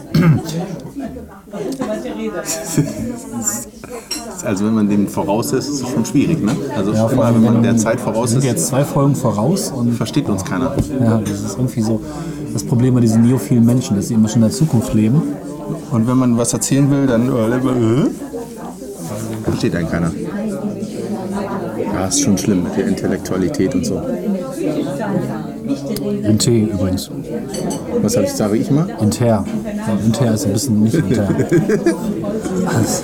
Speaker 2: Also wenn man dem voraus ist, ist es schon schwierig, ne? Also
Speaker 3: Ja, vor
Speaker 2: immer,
Speaker 3: allem,
Speaker 2: wenn man
Speaker 3: wenn
Speaker 2: der
Speaker 3: du-
Speaker 2: Zeit voraus
Speaker 3: Wir sind
Speaker 2: ist,
Speaker 3: jetzt zwei Folgen voraus und
Speaker 2: versteht uns keiner.
Speaker 3: ja, das ist irgendwie so das Problem bei diesen neophilen Menschen, dass sie immer schon in der Zukunft leben.
Speaker 2: Und wenn man was erzählen will, dann äh, äh, versteht einen keiner. Ja, ist schon schlimm mit der Intellektualität und so.
Speaker 3: Inter übrigens.
Speaker 2: Was hab ich, sage ich immer?
Speaker 3: Inter. Ja, Inter ist ein bisschen nicht inter. Also,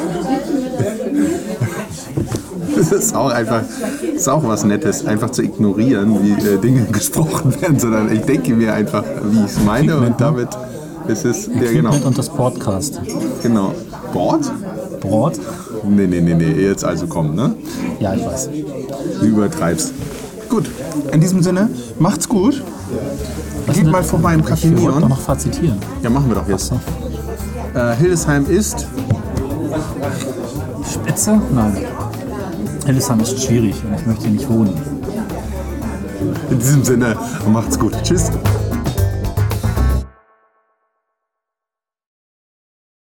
Speaker 2: Das ist auch einfach, das ist auch was Nettes, einfach zu ignorieren, wie äh, Dinge gesprochen werden, sondern ich denke mir einfach, wie ich es meine und damit ist es, ja genau,
Speaker 3: Equipment und das Podcast.
Speaker 2: genau. Bord?
Speaker 3: Brot?
Speaker 2: Nee, nee, nee, nee, jetzt also komm, ne?
Speaker 3: Ja, ich weiß.
Speaker 2: Du übertreibst. Gut, in diesem Sinne, macht's gut.
Speaker 3: Was
Speaker 2: Geht
Speaker 3: denn-
Speaker 2: mal vorbei im Café
Speaker 3: Ich wollte doch
Speaker 2: Neon.
Speaker 3: noch fazitieren.
Speaker 2: Ja, machen wir doch jetzt. Äh, Hildesheim ist,
Speaker 3: Spitze? Nein. Hildesheim ist schwierig und ich möchte hier nicht wohnen.
Speaker 2: in diesem Sinne, macht's gut. Tschüss.